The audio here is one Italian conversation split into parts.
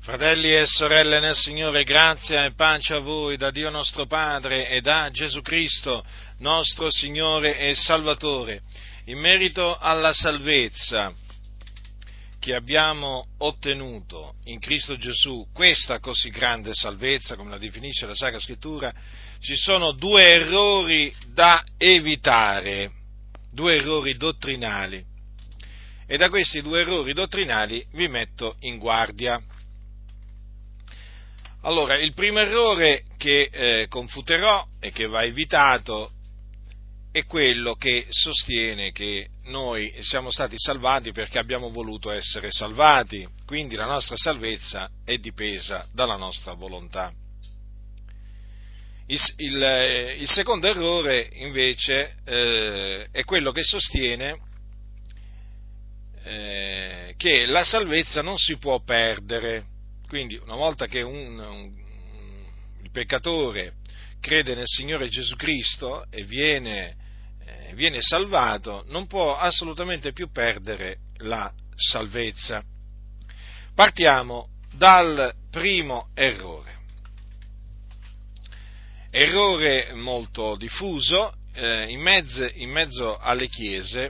Fratelli e sorelle nel Signore, grazia e pace a voi da Dio nostro Padre e da Gesù Cristo, nostro Signore e Salvatore. In merito alla salvezza che abbiamo ottenuto in Cristo Gesù, questa così grande salvezza, come la definisce la Sacra Scrittura, ci sono due errori da evitare, due errori dottrinali. E da questi due errori dottrinali vi metto in guardia. Allora, il primo errore che confuterò e che va evitato è quello che sostiene che noi siamo stati salvati perché abbiamo voluto essere salvati, quindi la nostra salvezza è dipesa dalla nostra volontà. Il secondo errore, invece, è quello che sostiene che la salvezza non si può perdere. Quindi una volta che il peccatore crede nel Signore Gesù Cristo e viene salvato, non può assolutamente più perdere la salvezza. Partiamo dal primo errore. Errore molto diffuso in mezzo alle chiese.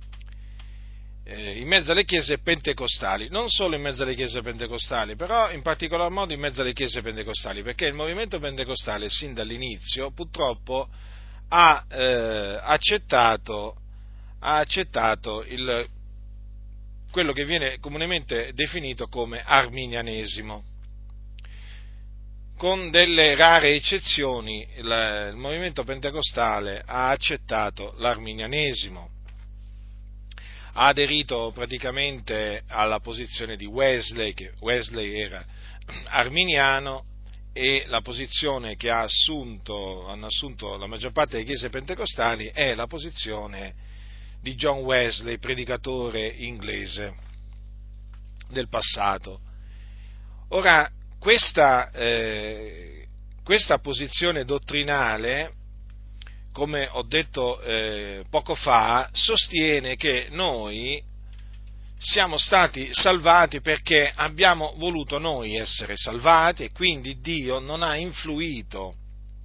In mezzo alle chiese pentecostali, non solo in mezzo alle chiese pentecostali, però in particolar modo in mezzo alle chiese pentecostali, perché il movimento pentecostale sin dall'inizio purtroppo ha accettato quello che viene comunemente definito come arminianesimo. Con delle rare eccezioni il movimento pentecostale ha accettato l'arminianesimo. Ha aderito praticamente alla posizione di Wesley, che Wesley era arminiano, e la posizione che hanno assunto la maggior parte delle chiese pentecostali è la posizione di John Wesley, predicatore inglese del passato. Ora, questa posizione dottrinale, come ho detto poco fa, sostiene che noi siamo stati salvati perché abbiamo voluto noi essere salvati e quindi Dio non ha influito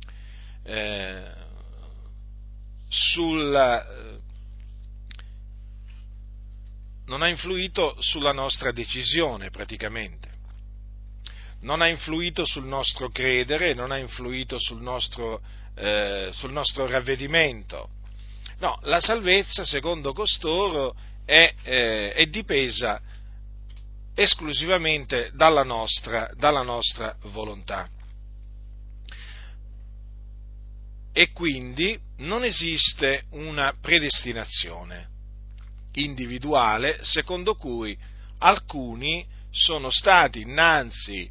sulla nostra decisione praticamente. Non ha influito sul nostro credere, non ha influito sul nostro ravvedimento. No, la salvezza, secondo costoro, è dipesa esclusivamente dalla nostra volontà. E quindi non esiste una predestinazione individuale secondo cui alcuni sono stati innanzi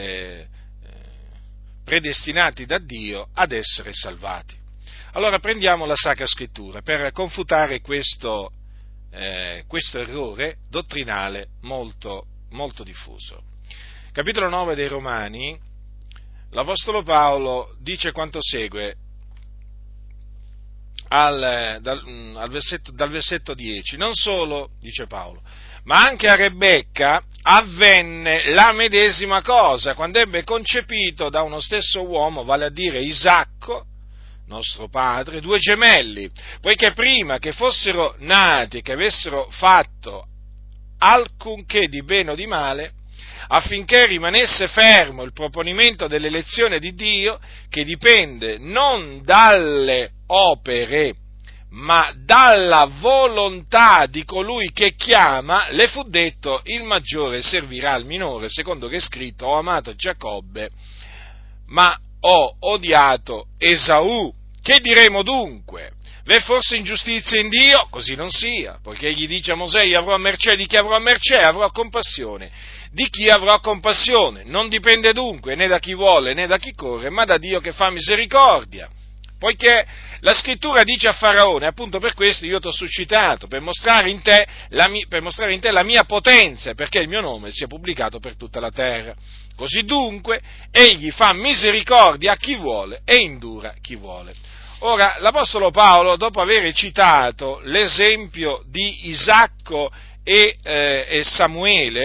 predestinati da Dio ad essere salvati. Allora prendiamo la Sacra Scrittura per confutare questo errore dottrinale molto, molto diffuso. Capitolo 9 dei Romani, l'Apostolo Paolo dice quanto segue dal versetto 10. Non solo, dice Paolo, ma anche a Rebecca avvenne la medesima cosa quando ebbe concepito da uno stesso uomo, vale a dire Isacco, nostro padre, due gemelli, poiché prima che fossero nati e che avessero fatto alcunché di bene o di male, affinché rimanesse fermo il proponimento dell'elezione di Dio, che dipende non dalle opere, ma dalla volontà di colui che chiama, le fu detto: il maggiore servirà al minore, secondo che è scritto: ho amato Giacobbe, ma ho odiato Esaù. Che diremo dunque? V'è forse ingiustizia in Dio? Così non sia, poiché egli dice a Mosè: io avrò mercé di chi avrò mercé, avrò compassione di chi avrò compassione. Non dipende dunque né da chi vuole né da chi corre, ma da Dio che fa misericordia. Poiché la Scrittura dice a Faraone: appunto per questo io ti ho suscitato, per mostrare in te la mia potenza, perché il mio nome sia pubblicato per tutta la terra. Così dunque egli fa misericordia a chi vuole e indura chi vuole. Ora, l'Apostolo Paolo, dopo aver citato l'esempio di Isacco e Samuele,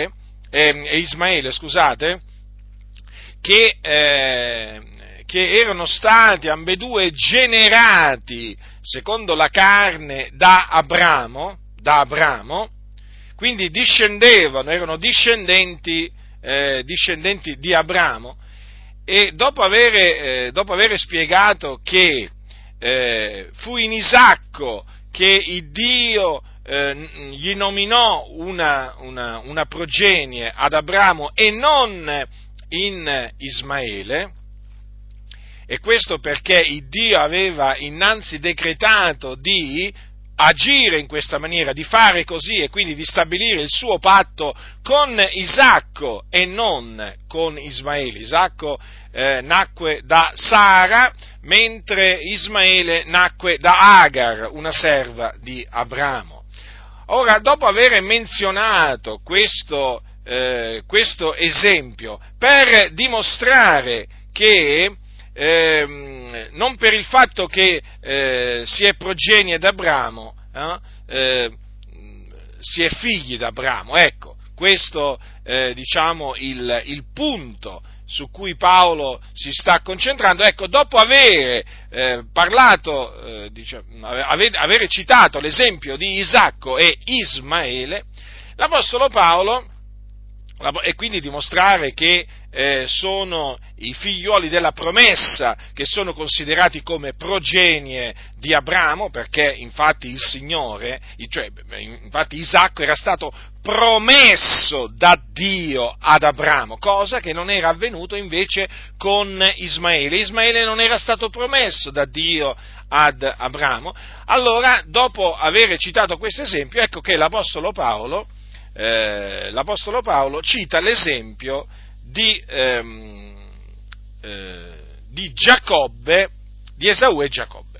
Ismaele, scusate, che erano stati ambedue generati secondo la carne da Abramo, quindi erano discendenti di Abramo, e dopo aver spiegato che fu in Isacco che il Dio gli nominò una progenie ad Abramo e non in Ismaele, e questo perché il Dio aveva innanzi decretato di agire in questa maniera, di fare così, e quindi di stabilire il suo patto con Isacco e non con Ismaele. Isacco nacque da Sara, mentre Ismaele nacque da Agar, una serva di Abramo. Ora, dopo aver menzionato questo esempio, per dimostrare che non per il fatto che si è progenie d'Abramo, si è figli d'Abramo, ecco, questo il punto su cui Paolo si sta concentrando. Ecco, dopo aver avere citato l'esempio di Isacco e Ismaele, l'Apostolo Paolo, e quindi dimostrare che sono i figliuoli della promessa, che sono considerati come progenie di Abramo, perché infatti infatti Isacco era stato promesso da Dio ad Abramo, cosa che non era avvenuto invece con Ismaele. Ismaele non era stato promesso da Dio ad Abramo. Allora, dopo aver citato questo esempio, ecco che l'Apostolo Paolo cita l'esempio di Giacobbe, di Esaù e Giacobbe,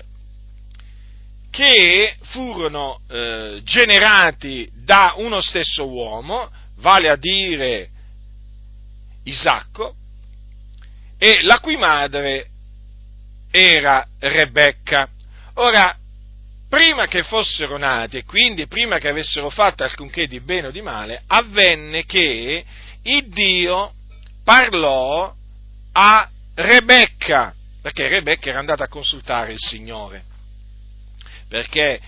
che furono generati da uno stesso uomo, vale a dire Isacco, e la cui madre era Rebecca. Ora, prima che fossero nati, e quindi prima che avessero fatto alcunché di bene o di male, avvenne che il Dio parlò a Rebecca, perché Rebecca era andata a consultare il Signore, perché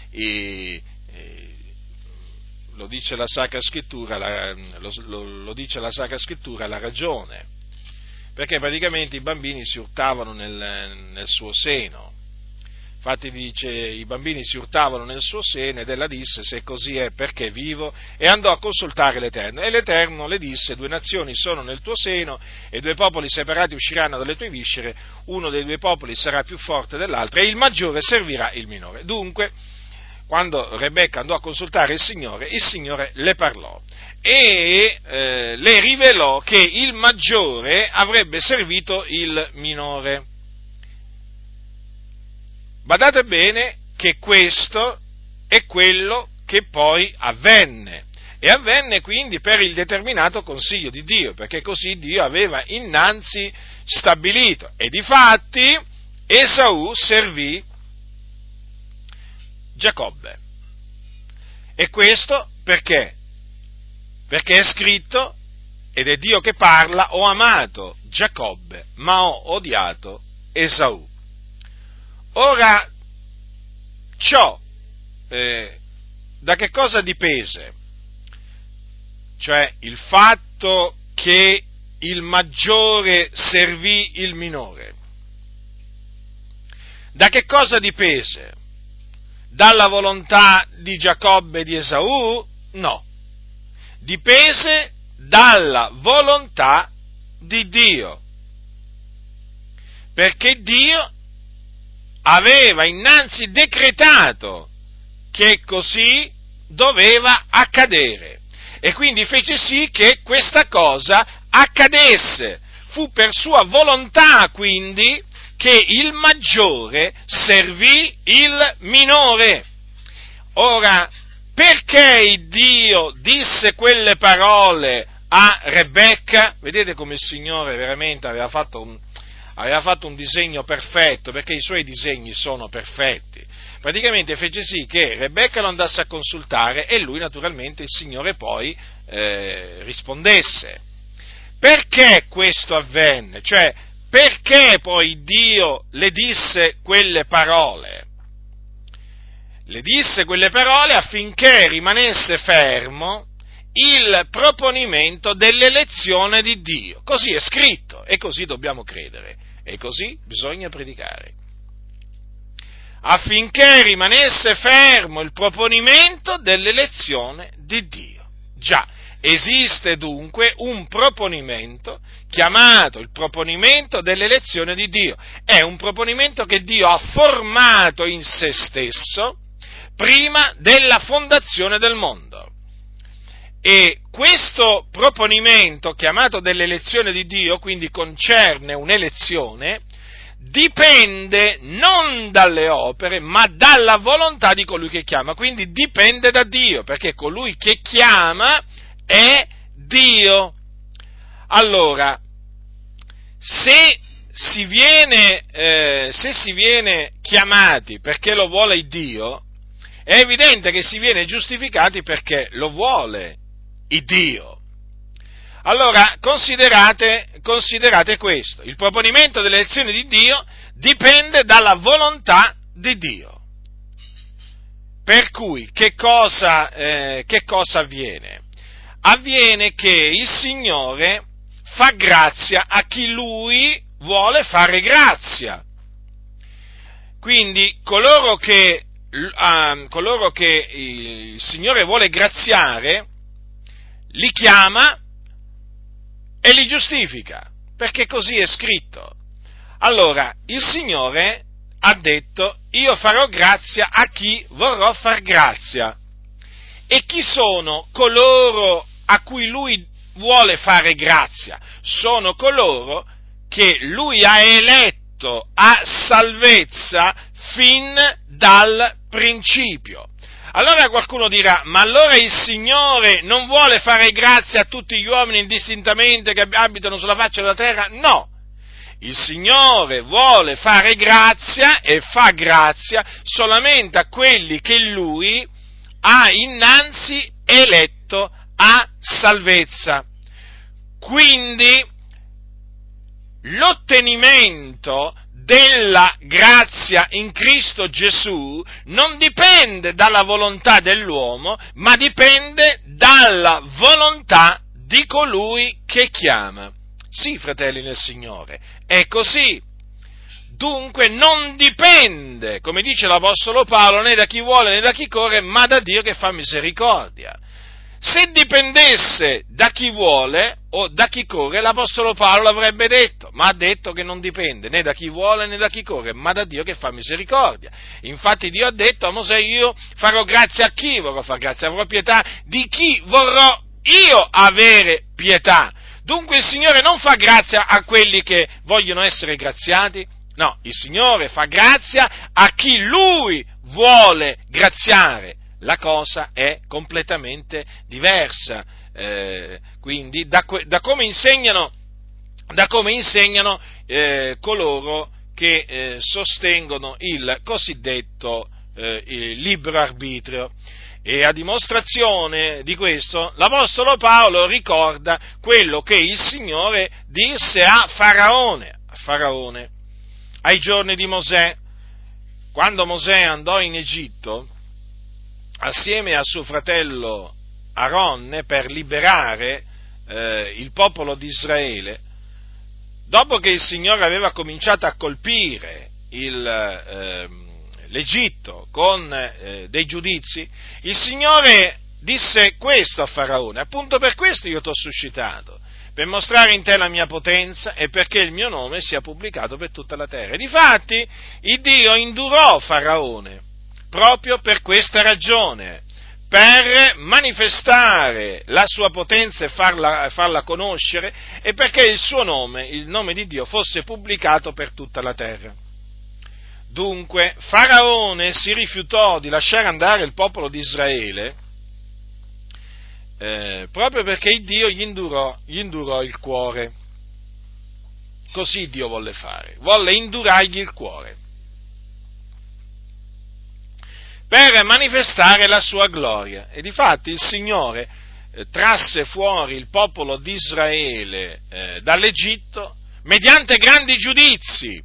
lo dice la Sacra Scrittura, lo dice la Sacra Scrittura, la ragione, perché praticamente i bambini si urtavano nel suo seno. Infatti dice, i bambini si urtavano nel suo seno, ed ella disse, se così è, perché vivo? E andò a consultare l'Eterno. E l'Eterno le disse, 2 nazioni sono nel tuo seno, e 2 popoli separati usciranno dalle tue viscere, uno dei 2 popoli sarà più forte dell'altro, e il maggiore servirà il minore. Dunque, quando Rebecca andò a consultare il Signore le parlò, e le rivelò che il maggiore avrebbe servito il minore. Badate bene che questo è quello che poi avvenne, e avvenne quindi per il determinato consiglio di Dio, perché così Dio aveva innanzi stabilito, e difatti Esaù servì Giacobbe. E questo perché? Perché è scritto, ed è Dio che parla, ho amato Giacobbe, ma ho odiato Esaù. Ora, ciò da che cosa dipese? Cioè il fatto che il maggiore servì il minore. Da che cosa dipese? Dalla volontà di Giacobbe e di Esaù? No. Dipese dalla volontà di Dio. Perché Dio aveva innanzi decretato che così doveva accadere, e quindi fece sì che questa cosa accadesse. Fu per sua volontà quindi che il maggiore servì il minore. Ora, perché Dio disse quelle parole a Rebecca? Vedete come il Signore veramente aveva fatto un disegno perfetto, perché i suoi disegni sono perfetti. Praticamente fece sì che Rebecca lo andasse a consultare, e lui naturalmente, il Signore poi, rispondesse. Perché questo avvenne? Cioè, perché poi Dio le disse quelle parole? Le disse quelle parole affinché rimanesse fermo il proponimento dell'elezione di Dio. Così è scritto e così dobbiamo credere e così bisogna predicare. Affinché rimanesse fermo il proponimento dell'elezione di Dio. Già, esiste dunque un proponimento chiamato il proponimento dell'elezione di Dio. È un proponimento che Dio ha formato in se stesso prima della fondazione del mondo. E questo proponimento chiamato dell'elezione di Dio, quindi concerne un'elezione, dipende non dalle opere, ma dalla volontà di colui che chiama, quindi dipende da Dio, perché colui che chiama è Dio. Allora, se si viene chiamati perché lo vuole Dio, è evidente che si viene giustificati perché lo vuole Dio. Allora, considerate questo, il proponimento dell'elezione di Dio dipende dalla volontà di Dio. Per cui, che cosa avviene? Avviene che il Signore fa grazia a chi Lui vuole fare grazia. Quindi, coloro che il Signore vuole graziare, li chiama e li giustifica, perché così è scritto. Allora, il Signore ha detto: io farò grazia a chi vorrò far grazia. E chi sono coloro a cui Lui vuole fare grazia? Sono coloro che Lui ha eletto a salvezza fin dal principio. Allora qualcuno dirà: ma allora il Signore non vuole fare grazia a tutti gli uomini indistintamente che abitano sulla faccia della terra? No! Il Signore vuole fare grazia e fa grazia solamente a quelli che Lui ha innanzi eletto a salvezza. Quindi l'ottenimento della grazia in Cristo Gesù non dipende dalla volontà dell'uomo, ma dipende dalla volontà di colui che chiama. Sì, fratelli nel Signore, è così. Dunque non dipende, come dice l'Apostolo Paolo, né da chi vuole né da chi corre, ma da Dio che fa misericordia. Se dipendesse da chi vuole o da chi corre, l'Apostolo Paolo l'avrebbe detto, ma ha detto che non dipende né da chi vuole né da chi corre, ma da Dio che fa misericordia. Infatti Dio ha detto a Mosè: io farò grazia a chi vorrò far grazia, avrò pietà di chi vorrò io avere pietà. Dunque il Signore non fa grazia a quelli che vogliono essere graziati, no, il Signore fa grazia a chi Lui vuole graziare. La cosa è completamente diversa, quindi da come insegnano coloro che sostengono il cosiddetto il libero arbitrio. E a dimostrazione di questo, l'Apostolo Paolo ricorda quello che il Signore disse a Faraone, ai giorni di Mosè, quando Mosè andò in Egitto assieme a suo fratello Aronne per liberare il popolo di Israele. Dopo che il Signore aveva cominciato a colpire l'Egitto con dei giudizi, il Signore disse questo a Faraone: appunto per questo io ti ho suscitato, per mostrare in te la mia potenza e perché il mio nome sia pubblicato per tutta la terra. E difatti il Dio indurò Faraone proprio per questa ragione, per manifestare la sua potenza e farla conoscere, e perché il suo nome, il nome di Dio, fosse pubblicato per tutta la terra. Dunque, Faraone si rifiutò di lasciare andare il popolo di Israele proprio perché Dio gli indurò il cuore. Così Dio volle fare, volle indurargli il cuore per manifestare la sua gloria. E difatti il Signore trasse fuori il popolo di Israele dall'Egitto mediante grandi giudizi.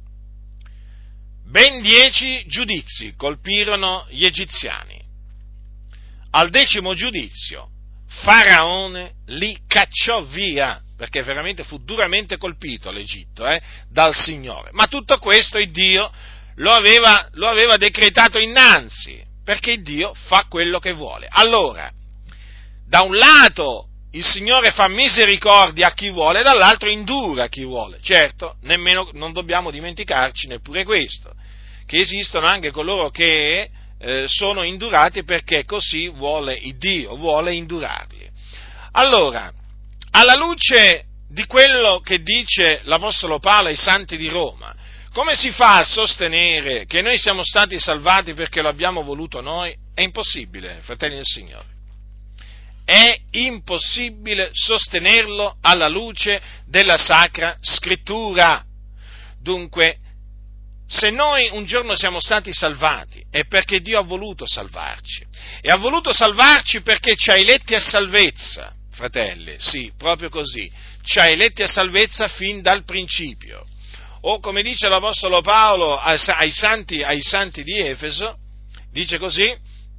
Ben 10 giudizi colpirono gli egiziani. Al 10° giudizio Faraone li cacciò via, perché veramente fu duramente colpito l'Egitto dal Signore. Ma tutto questo il Dio lo aveva decretato innanzi, perché Dio fa quello che vuole. Allora, da un lato il Signore fa misericordia a chi vuole, dall'altro indura a chi vuole. Certo, non dobbiamo dimenticarci neppure questo, che esistono anche coloro che sono indurati perché così vuole il Dio, vuole indurarli. Allora, alla luce di quello che dice l'Apostolo Paolo ai Santi di Roma, come si fa a sostenere che noi siamo stati salvati perché lo abbiamo voluto noi? È impossibile, fratelli del Signore. È impossibile sostenerlo alla luce della Sacra Scrittura. Dunque, se noi un giorno siamo stati salvati, è perché Dio ha voluto salvarci. E ha voluto salvarci perché ci ha eletti a salvezza, fratelli, sì, proprio così. Ci ha eletti a salvezza fin dal principio. O come dice l'Apostolo Paolo ai santi di Efeso, dice così,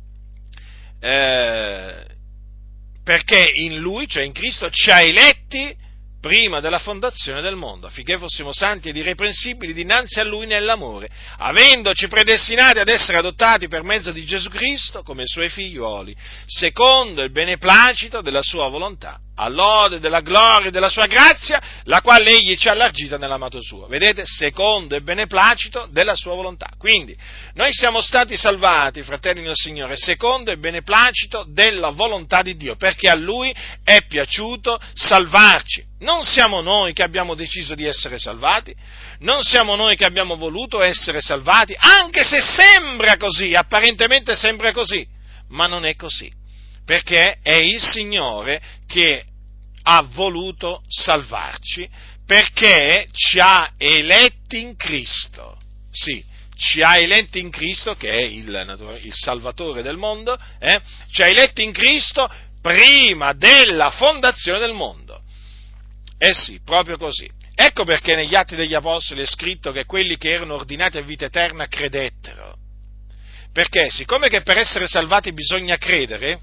perché in Lui, cioè in Cristo, ci ha eletti prima della fondazione del mondo, affinché fossimo santi ed irreprensibili dinanzi a Lui nell'amore, avendoci predestinati ad essere adottati per mezzo di Gesù Cristo come Suoi figliuoli, secondo il beneplacito della Sua volontà, all'ode della gloria e della Sua grazia, la quale Egli ci ha allargita nell'amato Suo. Vedete? Secondo il beneplacito della Sua volontà. Quindi, noi siamo stati salvati, fratelli del Signore, secondo il beneplacito della volontà di Dio, perché a Lui è piaciuto salvarci. Non siamo noi che abbiamo deciso di essere salvati, non siamo noi che abbiamo voluto essere salvati, anche se sembra così, apparentemente sembra così, ma non è così, perché è il Signore che ha voluto salvarci, perché ci ha eletti in Cristo, sì, ci ha eletti in Cristo, che è il Salvatore del mondo, ci ha eletti in Cristo prima della fondazione del mondo. Eh sì, proprio così. Ecco perché negli Atti degli Apostoli è scritto che quelli che erano ordinati a vita eterna credettero. Perché, siccome che per essere salvati bisogna credere,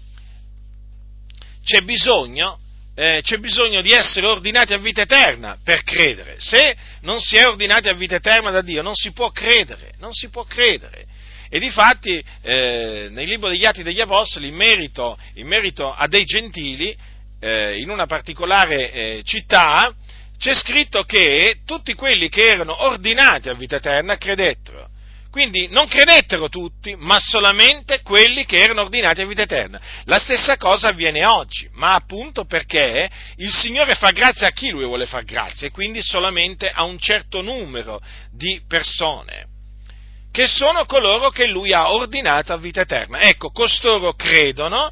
c'è bisogno di essere ordinati a vita eterna per credere. Se non si è ordinati a vita eterna da Dio, non si può credere. E difatti, nel libro degli Atti degli Apostoli, in merito a dei gentili, in una particolare città, c'è scritto che tutti quelli che erano ordinati a vita eterna credettero. Quindi non credettero tutti, ma solamente quelli che erano ordinati a vita eterna. La stessa cosa avviene oggi, ma appunto perché il Signore fa grazia a chi Lui vuole far grazia, e quindi solamente a un certo numero di persone, che sono coloro che Lui ha ordinato a vita eterna. Ecco, costoro credono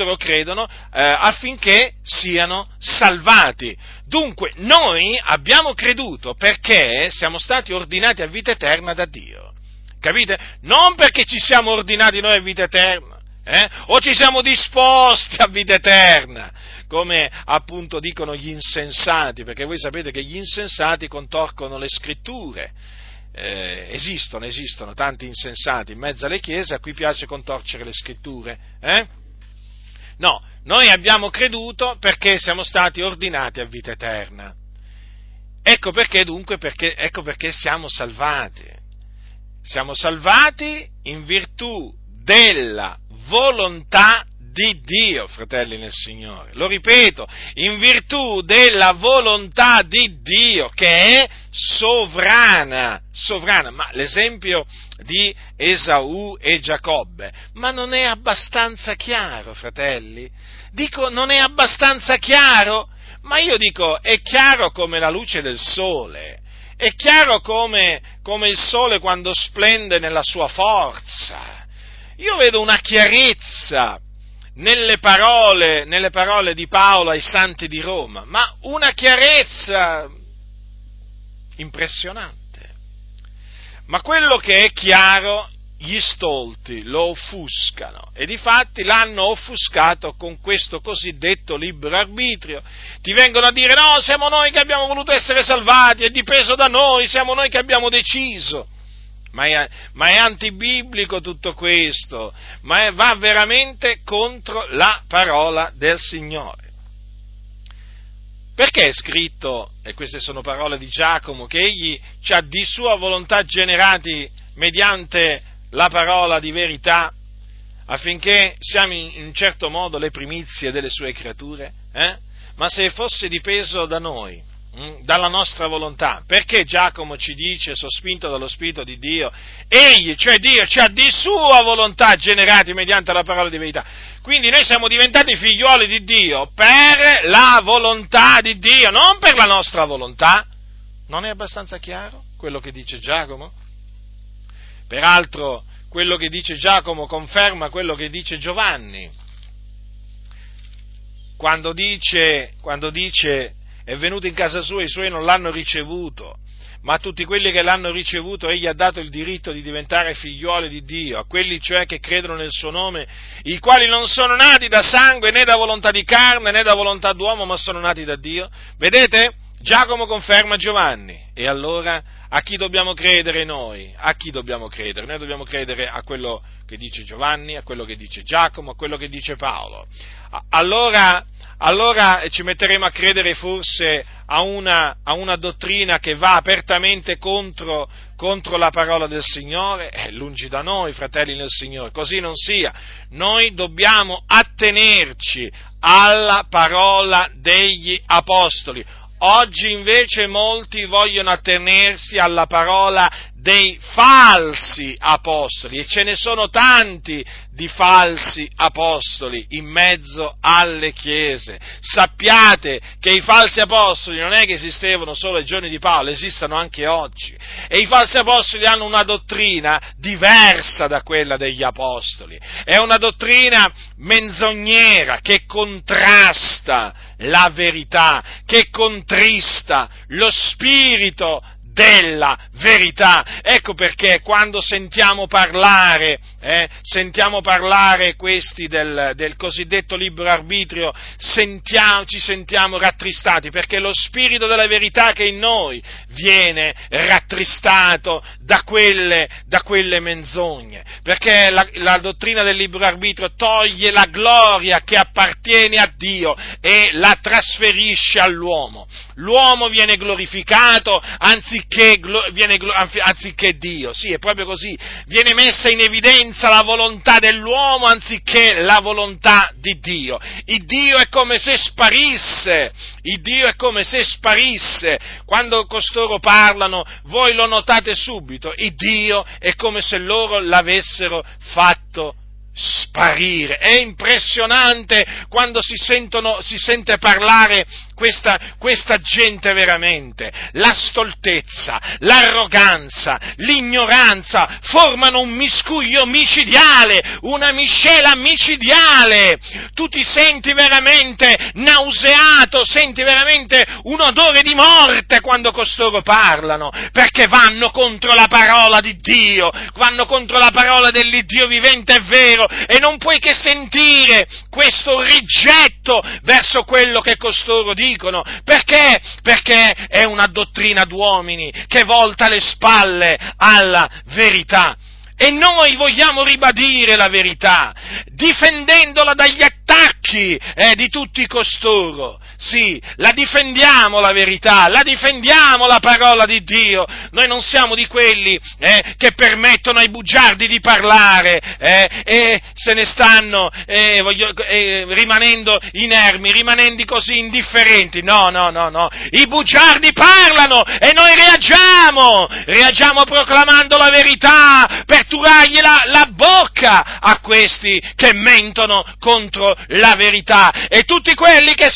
affinché siano salvati. Dunque, noi abbiamo creduto perché siamo stati ordinati a vita eterna da Dio. Capite? Non perché ci siamo ordinati noi a vita eterna, o ci siamo disposti a vita eterna, come appunto dicono gli insensati, perché voi sapete che gli insensati contorcono le scritture. Esistono tanti insensati in mezzo alle chiese a cui piace contorcere le scritture. No, noi abbiamo creduto perché siamo stati ordinati a vita eterna. Ecco perché siamo salvati. Siamo salvati in virtù della volontà di Dio, fratelli nel Signore. Lo ripeto, in virtù della volontà di Dio, che è sovrana. Ma l'esempio di Esaù e Giacobbe, ma non è abbastanza chiaro, fratelli? Dico, non è abbastanza chiaro? Ma io dico, è chiaro come la luce del sole. È chiaro come il sole quando splende nella sua forza. Io vedo una chiarezza nelle parole di Paolo ai Santi di Roma, ma una chiarezza impressionante. Ma quello che è chiaro gli stolti lo offuscano, e difatti l'hanno offuscato con questo cosiddetto libero arbitrio. Ti vengono a dire: no, siamo noi che abbiamo voluto essere salvati, è dipeso da noi, siamo noi che abbiamo deciso. Ma è antibiblico tutto questo, va veramente contro la parola del Signore. Perché è scritto, e queste sono parole di Giacomo, che egli ci ha di sua volontà generati mediante la parola di verità, affinché siamo in un certo modo le primizie delle sue creature? Ma se fosse dipeso da noi, dalla nostra volontà, perché Giacomo ci dice, sospinto dallo Spirito di Dio, egli, cioè Dio, ci ha di sua volontà generati mediante la parola di verità? Quindi noi siamo diventati figliuoli di Dio per la volontà di Dio, non per la nostra volontà. Non è abbastanza chiaro quello che dice Giacomo? Peraltro, quello che dice Giacomo conferma quello che dice Giovanni, quando dice è venuto in casa sua, i suoi non l'hanno ricevuto, ma a tutti quelli che l'hanno ricevuto egli ha dato il diritto di diventare figliuoli di Dio, a quelli cioè che credono nel suo nome, i quali non sono nati da sangue, né da volontà di carne, né da volontà d'uomo, ma sono nati da Dio. Vedete? Giacomo conferma Giovanni. E allora a chi dobbiamo credere noi? A chi dobbiamo credere? Noi dobbiamo credere a quello che dice Giovanni, a quello che dice Giacomo, a quello che dice Paolo. Allora ci metteremo a credere forse a una dottrina che va apertamente contro la parola del Signore? Lungi da noi, fratelli nel Signore, così non sia. Noi dobbiamo attenerci alla parola degli apostoli. Oggi invece molti vogliono attenersi alla parola dei falsi apostoli, e ce ne sono tanti di falsi apostoli in mezzo alle chiese. Sappiate che i falsi apostoli non è che esistevano solo ai giorni di Paolo, esistono anche oggi, e i falsi apostoli hanno una dottrina diversa da quella degli apostoli, è una dottrina menzognera che contrasta la verità, che contrista lo spirito della verità. Ecco perché quando sentiamo parlare questi del cosiddetto libero arbitrio, ci sentiamo rattristati, perché lo spirito della verità che è in noi viene rattristato da quelle menzogne, perché la dottrina del libero arbitrio toglie la gloria che appartiene a Dio e la trasferisce all'uomo. L'uomo viene glorificato anziché Dio, sì, è proprio così, viene messa in evidenza la volontà dell'uomo anziché la volontà di Dio. Il Dio è come se sparisse, quando costoro parlano, voi lo notate subito, il Dio è come se loro l'avessero fatto sparire. È impressionante quando si sente parlare questa gente veramente. La stoltezza, l'arroganza, l'ignoranza formano un miscuglio micidiale, una miscela micidiale. Tu ti senti veramente nauseato, senti veramente un odore di morte quando costoro parlano, perché vanno contro la parola di Dio, vanno contro la parola dell'Iddio vivente e vero, e non puoi che sentire questo rigetto verso quello che costoro dicono. Perché? Perché è una dottrina d'uomini che volta le spalle alla verità. E noi vogliamo ribadire la verità, difendendola dagli attacchi di tutti costoro. Sì, la difendiamo la verità, la difendiamo la parola di Dio. Noi non siamo di quelli che permettono ai bugiardi di parlare e se ne stanno rimanendo inermi, rimanendo così indifferenti. No. I bugiardi parlano e noi reagiamo proclamando la verità per turargli la bocca a questi che mentono contro la verità. E tutti quelli che sostengono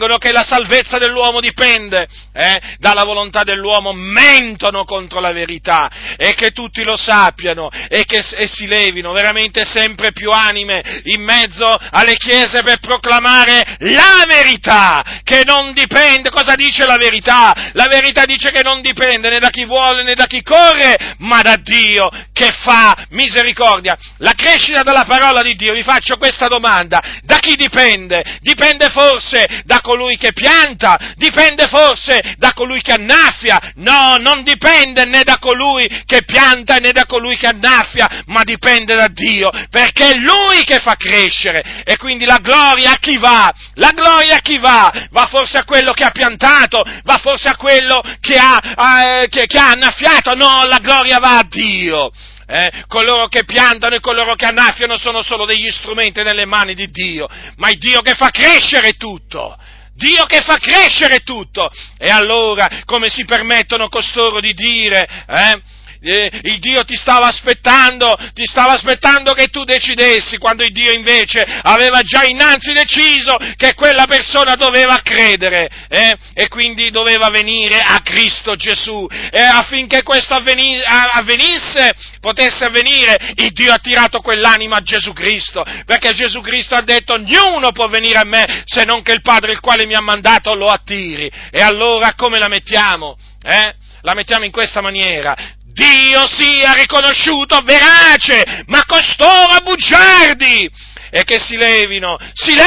ritengono che la salvezza dell'uomo dipende dalla volontà dell'uomo, mentono contro la verità, e che tutti lo sappiano, e si levino veramente sempre più anime in mezzo alle chiese per proclamare la verità, che non dipende. Cosa dice la verità? La verità dice che non dipende né da chi vuole né da chi corre, ma da Dio che fa misericordia. La crescita della parola di Dio, vi faccio questa domanda: da chi dipende? Dipende forse da colui che pianta? Dipende forse da colui che annaffia? No, non dipende né da colui che pianta né da colui che annaffia, ma dipende da Dio, perché è Lui che fa crescere. E quindi la gloria a chi va? La gloria a chi va? Va forse a quello che ha piantato? Va forse a quello che ha annaffiato? No, la gloria va a Dio. Coloro che piantano e coloro che annaffiano sono solo degli strumenti nelle mani di Dio, ma è Dio che fa crescere tutto. Dio che fa crescere tutto. E allora come si permettono costoro di dire il Dio ti stava aspettando che tu decidessi, quando il Dio invece aveva già innanzi deciso che quella persona doveva credere, e quindi doveva venire a Cristo Gesù, e affinché questo potesse avvenire, il Dio ha tirato quell'anima a Gesù Cristo, perché Gesù Cristo ha detto: ognuno può venire a me se non che il Padre, il quale mi ha mandato, lo attiri. E allora come la mettiamo? La mettiamo in questa maniera: Dio sia riconosciuto verace, ma costoro bugiardi, e che si levino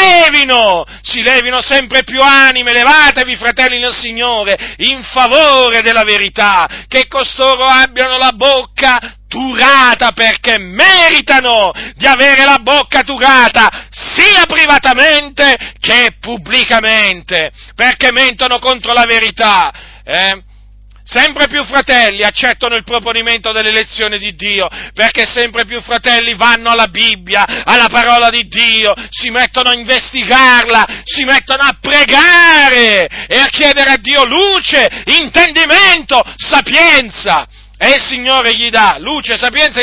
sempre più anime. Levatevi, fratelli nel Signore, in favore della verità, che costoro abbiano la bocca turata, perché meritano di avere la bocca turata, sia privatamente che pubblicamente, perché mentono contro la verità. Sempre più fratelli accettano il proponimento dell'elezione di Dio, perché sempre più fratelli vanno alla Bibbia, alla parola di Dio, si mettono a investigarla, si mettono a pregare e a chiedere a Dio luce, intendimento, sapienza. E il Signore gli dà luce, sapienza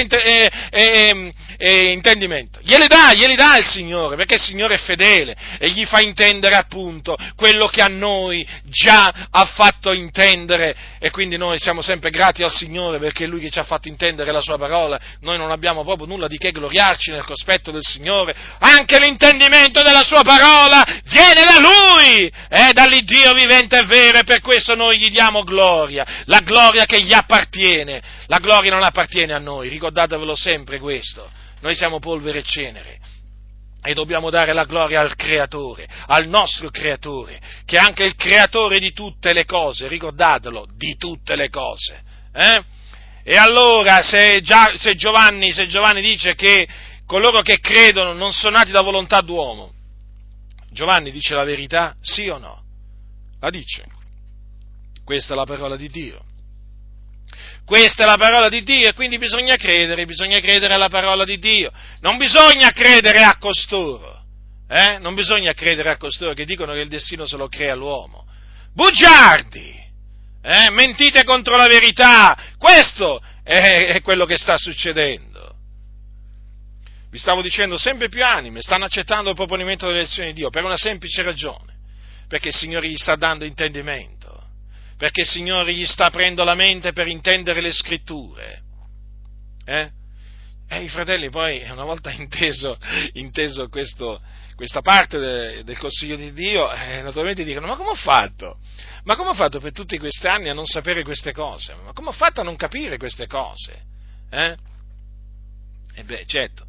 e intendimento. Glieli dà il Signore, perché il Signore è fedele e gli fa intendere appunto quello che a noi già ha fatto intendere, e quindi noi siamo sempre grati al Signore, perché è Lui che ci ha fatto intendere la Sua parola. Noi non abbiamo proprio nulla di che gloriarci nel cospetto del Signore. Anche l'intendimento della Sua parola viene da Lui, dall'Iddio vivente e vero, e per questo noi gli diamo gloria, la gloria che gli appartiene. La gloria non appartiene a noi, ricordatevelo sempre questo. Noi siamo polvere e cenere e dobbiamo dare la gloria al Creatore, al nostro Creatore, che è anche il Creatore di tutte le cose, ricordatelo, di tutte le cose. E allora se Giovanni dice che coloro che credono non sono nati da volontà d'uomo, Giovanni dice la verità, sì o no? La dice. Questa è la parola di Dio. Questa è la parola di Dio, e quindi bisogna credere alla parola di Dio. Non bisogna credere a costoro, non bisogna credere a costoro che dicono che il destino se lo crea l'uomo. Bugiardi! Mentite contro la verità! Questo è quello che sta succedendo. Vi stavo dicendo, sempre più anime stanno accettando il proponimento dell'elezione di Dio per una semplice ragione, perché il Signore gli sta dando intendimento. Perché il Signore gli sta aprendo la mente per intendere le Scritture. I fratelli poi, una volta inteso questa parte del Consiglio di Dio, naturalmente dicono: ma come ho fatto? Ma come ho fatto per tutti questi anni a non sapere queste cose? Ma come ho fatto a non capire queste cose? Certo,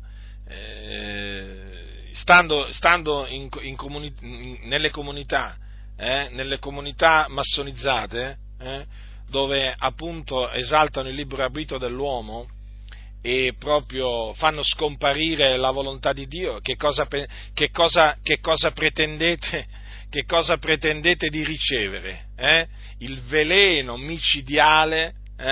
stando nelle comunità massonizzate, dove appunto esaltano il libero arbitrio dell'uomo e proprio fanno scomparire la volontà di Dio, che cosa pretendete di ricevere? Il veleno micidiale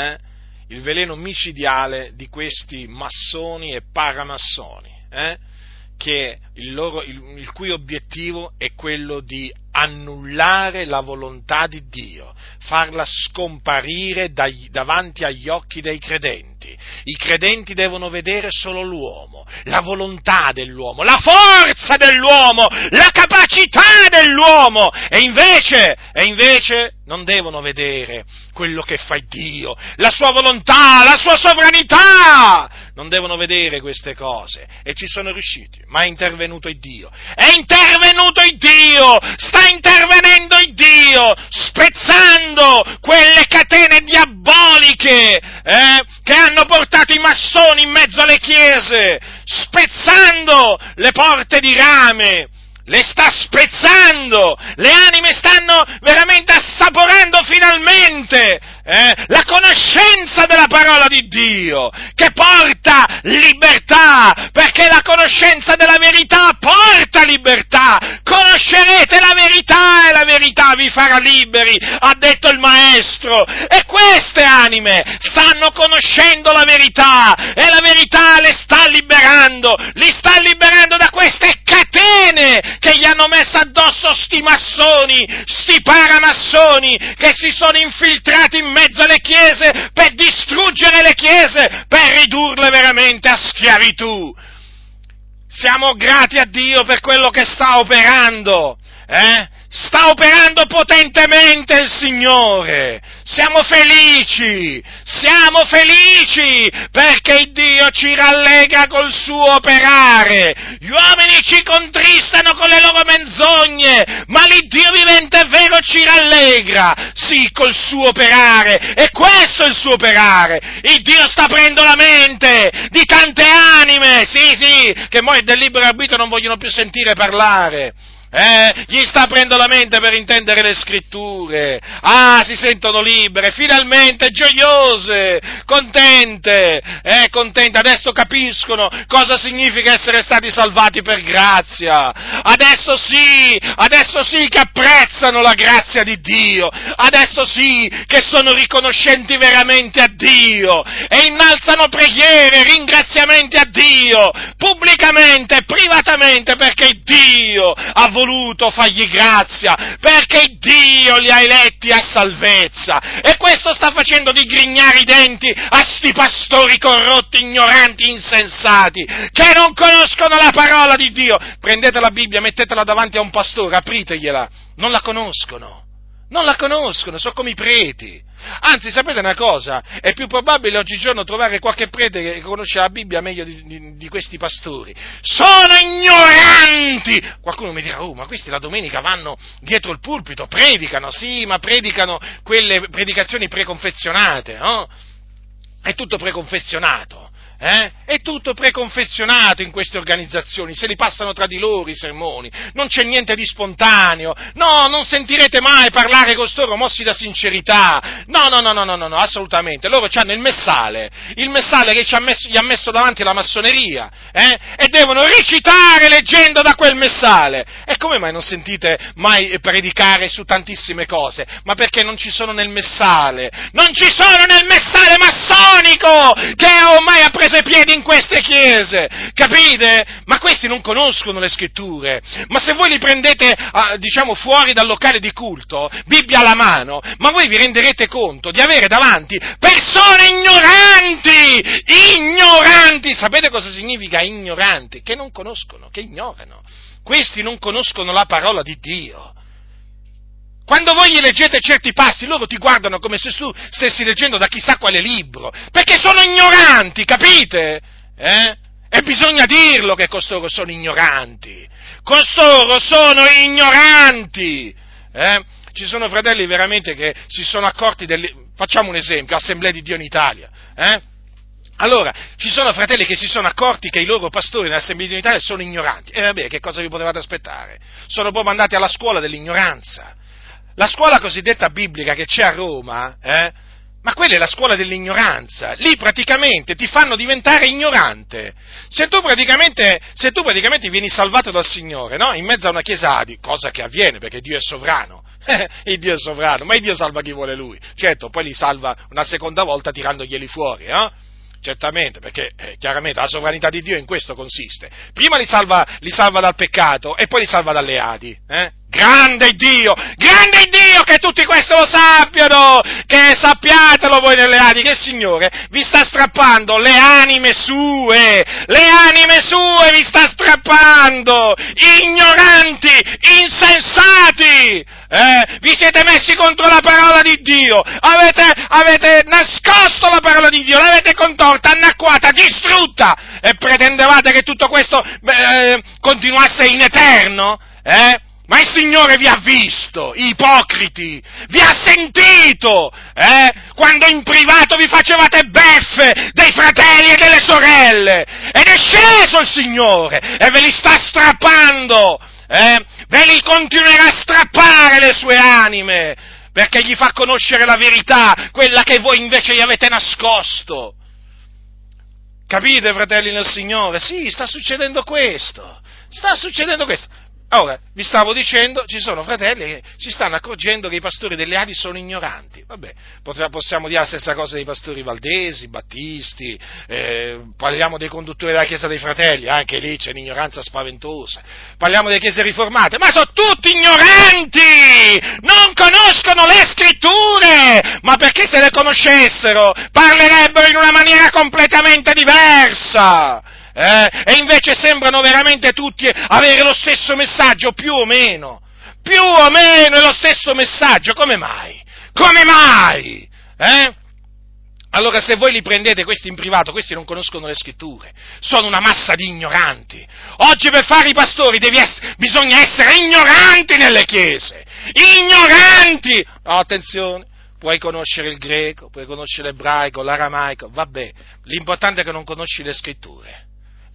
di questi massoni e paramassoni, che il cui obiettivo è quello di annullare la volontà di Dio, farla scomparire davanti agli occhi dei credenti. credenti. I credenti devono vedere solo l'uomo, la volontà dell'uomo, la forza dell'uomo, la capacità dell'uomo, e invece non devono vedere quello che fa Dio, la sua volontà, la sua sovranità. Non devono vedere queste cose, e ci sono riusciti, ma è intervenuto il Dio, sta intervenendo il Dio, spezzando quelle catene diaboliche che hanno portato i massoni in mezzo alle chiese, spezzando le porte di rame. Le sta spezzando, le anime stanno veramente assaporando finalmente la conoscenza della parola di Dio, che porta libertà, perché la conoscenza della verità porta libertà. Conoscerete la verità e la verità vi farà liberi, ha detto il Maestro. E queste anime stanno conoscendo la verità, e la verità li sta liberando da queste catene che gli hanno messo addosso sti massoni, sti paramassoni, che si sono infiltrati in mezzo alle chiese per distruggere le chiese, per ridurle veramente a schiavitù. Siamo grati a Dio per quello che sta operando, Sta operando potentemente il Signore. Siamo felici perché Dio ci rallegra col suo operare. Gli uomini ci contristano con le loro menzogne, ma l'Iddio vivente e vero ci rallegra, sì, col suo operare. E questo è il suo operare. Il Dio sta aprendo la mente di tante anime, sì, che poi del libero arbitrio non vogliono più sentire parlare. Gli sta aprendo la mente per intendere le scritture. Si sentono libere, finalmente gioiose, contente, adesso capiscono cosa significa essere stati salvati per grazia. Adesso sì che apprezzano la grazia di Dio, adesso sì che sono riconoscenti veramente a Dio e innalzano preghiere, ringraziamenti a Dio, pubblicamente e privatamente, perché Dio ha voluto fargli grazia, perché Dio li ha eletti a salvezza, e questo sta facendo digrignare i denti a sti pastori corrotti, ignoranti, insensati, che non conoscono la parola di Dio. Prendete la Bibbia, mettetela davanti a un pastore, apritegliela, non la conoscono, sono come i preti. Anzi, sapete una cosa? È più probabile oggigiorno trovare qualche prete che conosce la Bibbia meglio di questi pastori. Sono ignoranti! Qualcuno mi dirà, ma questi la domenica vanno dietro il pulpito, predicano, sì, ma predicano quelle predicazioni preconfezionate, no? È tutto preconfezionato. È tutto preconfezionato in queste organizzazioni, se li passano tra di loro i sermoni, non c'è niente di spontaneo, no, non sentirete mai parlare costoro mossi da sincerità, no, assolutamente, loro hanno il messale che gli ha messo davanti la massoneria, e devono recitare leggendo da quel messale. E come mai non sentite mai predicare su tantissime cose? Ma perché non ci sono nel messale massonico che ormai ha preso i piedi in queste chiese, capite? Ma questi non conoscono le scritture, ma se voi li prendete, fuori dal locale di culto, Bibbia alla mano, ma voi vi renderete conto di avere davanti persone ignoranti, sapete cosa significa ignoranti? Che non conoscono, che ignorano, questi non conoscono la parola di Dio. Quando voi gli leggete certi passi, loro ti guardano come se tu stessi leggendo da chissà quale libro, perché sono ignoranti, capite? E bisogna dirlo che costoro sono ignoranti. Ci sono fratelli veramente che si sono accorti facciamo un esempio, Assemblea di Dio in Italia, Allora, ci sono fratelli che si sono accorti che i loro pastori nell'Assemblea di Dio in Italia sono ignoranti. E vabbè, che cosa vi potevate aspettare? Sono proprio andati alla scuola dell'ignoranza. La scuola cosiddetta biblica che c'è a Roma, ma quella è la scuola dell'ignoranza. Lì praticamente ti fanno diventare ignorante. Se tu praticamente vieni salvato dal Signore, no? In mezzo a una chiesa cosa che avviene perché Dio è sovrano. Il Dio è sovrano, ma il Dio salva chi vuole Lui. Certo, poi li salva una seconda volta tirandoglieli fuori, no? certamente, perché chiaramente la sovranità di Dio in questo consiste. Prima li salva dal peccato e poi li salva dalle Adi. Grande Dio, che tutti questo lo sappiano, che sappiatelo voi nelle Adi, che il Signore vi sta strappando le anime sue vi sta strappando, ignoranti, insensati, vi siete messi contro la parola di Dio, avete nascosto la parola di Dio, l'avete contorta, annacquata, distrutta, e pretendevate che tutto questo continuasse in eterno, Ma il Signore vi ha visto, ipocriti, vi ha sentito, quando in privato vi facevate beffe dei fratelli e delle sorelle, ed è sceso il Signore e ve li sta strappando, ve li continuerà a strappare le sue anime, perché gli fa conoscere la verità, quella che voi invece gli avete nascosto. Capite, fratelli nel Signore? Sì, sta succedendo questo. Ora, vi stavo dicendo, ci sono fratelli che si stanno accorgendo che i pastori delle Adi sono ignoranti. Vabbè, possiamo dire la stessa cosa dei pastori valdesi, battisti, parliamo dei conduttori della Chiesa dei Fratelli, anche lì c'è un'ignoranza spaventosa. Parliamo delle chiese riformate, ma sono tutti ignoranti! Non conoscono le Scritture! Ma perché se le conoscessero parlerebbero in una maniera completamente diversa! E invece sembrano veramente tutti avere lo stesso messaggio, più o meno è lo stesso messaggio, come mai? Allora se voi li prendete questi in privato, questi non conoscono le Scritture, sono una massa di ignoranti. Oggi per fare i pastori bisogna essere ignoranti nelle chiese, ignoranti! No, attenzione, puoi conoscere il greco, puoi conoscere l'ebraico, l'aramaico, vabbè, l'importante è che non conosci le Scritture.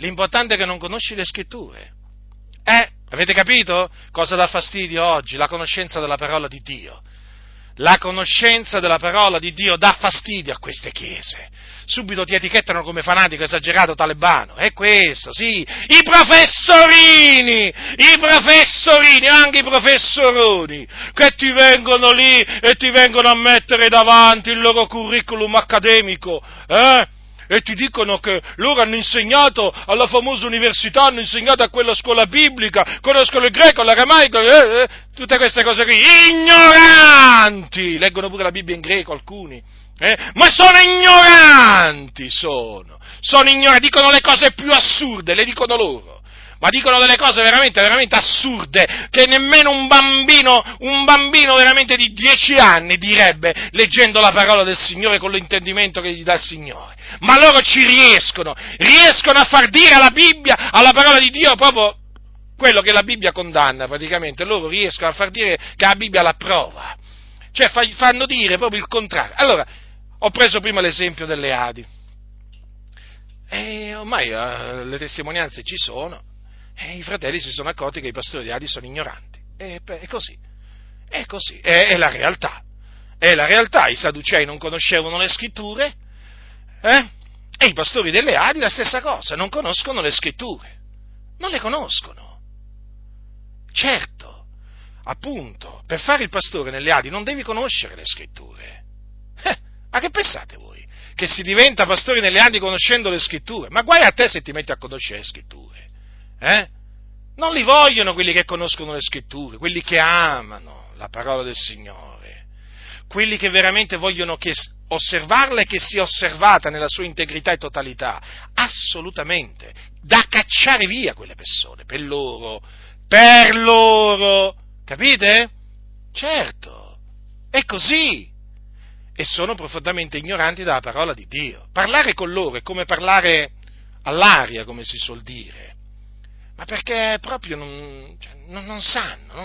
Avete capito? Cosa dà fastidio oggi? La conoscenza della parola di Dio. La conoscenza della parola di Dio dà fastidio a queste chiese. Subito ti etichettano come fanatico, esagerato, talebano. È questo, sì. I professorini, anche i professoroni, che ti vengono lì e ti vengono a mettere davanti il loro curriculum accademico, e ti dicono che loro hanno insegnato alla famosa università, hanno insegnato a quella scuola biblica, conoscono il greco, l'aramaico, tutte queste cose qui, ignoranti, leggono pure la Bibbia in greco alcuni, ma sono ignoranti, dicono le cose più assurde, le dicono loro. Ma dicono delle cose veramente, veramente assurde, che nemmeno un bambino veramente di 10 anni direbbe, leggendo la parola del Signore con l'intendimento che gli dà il Signore. Ma loro ci riescono a far dire alla Bibbia, alla parola di Dio, proprio quello che la Bibbia condanna praticamente, loro riescono a far dire che la Bibbia l'approva. Cioè fanno dire proprio il contrario. Allora, ho preso prima l'esempio delle Adi. E ormai le testimonianze ci sono. E i fratelli si sono accorti che i pastori di Adi sono ignoranti. È così. È la realtà. I Sadducei non conoscevano le Scritture, e i pastori delle Adi la stessa cosa, non conoscono le Scritture. Non le conoscono. Certo, appunto, per fare il pastore nelle Adi non devi conoscere le Scritture. Ma che pensate voi? Che si diventa pastori nelle Adi conoscendo le Scritture? Ma guai a te se ti metti a conoscere le Scritture. Non li vogliono quelli che conoscono le Scritture, quelli che amano la parola del Signore, quelli che veramente vogliono che osservarla e che sia osservata nella sua integrità e totalità, assolutamente, da cacciare via quelle persone, per loro, capite? Certo, è così, e sono profondamente ignoranti della parola di Dio. Parlare con loro è come parlare all'aria, come si suol dire. Ma perché proprio non sanno.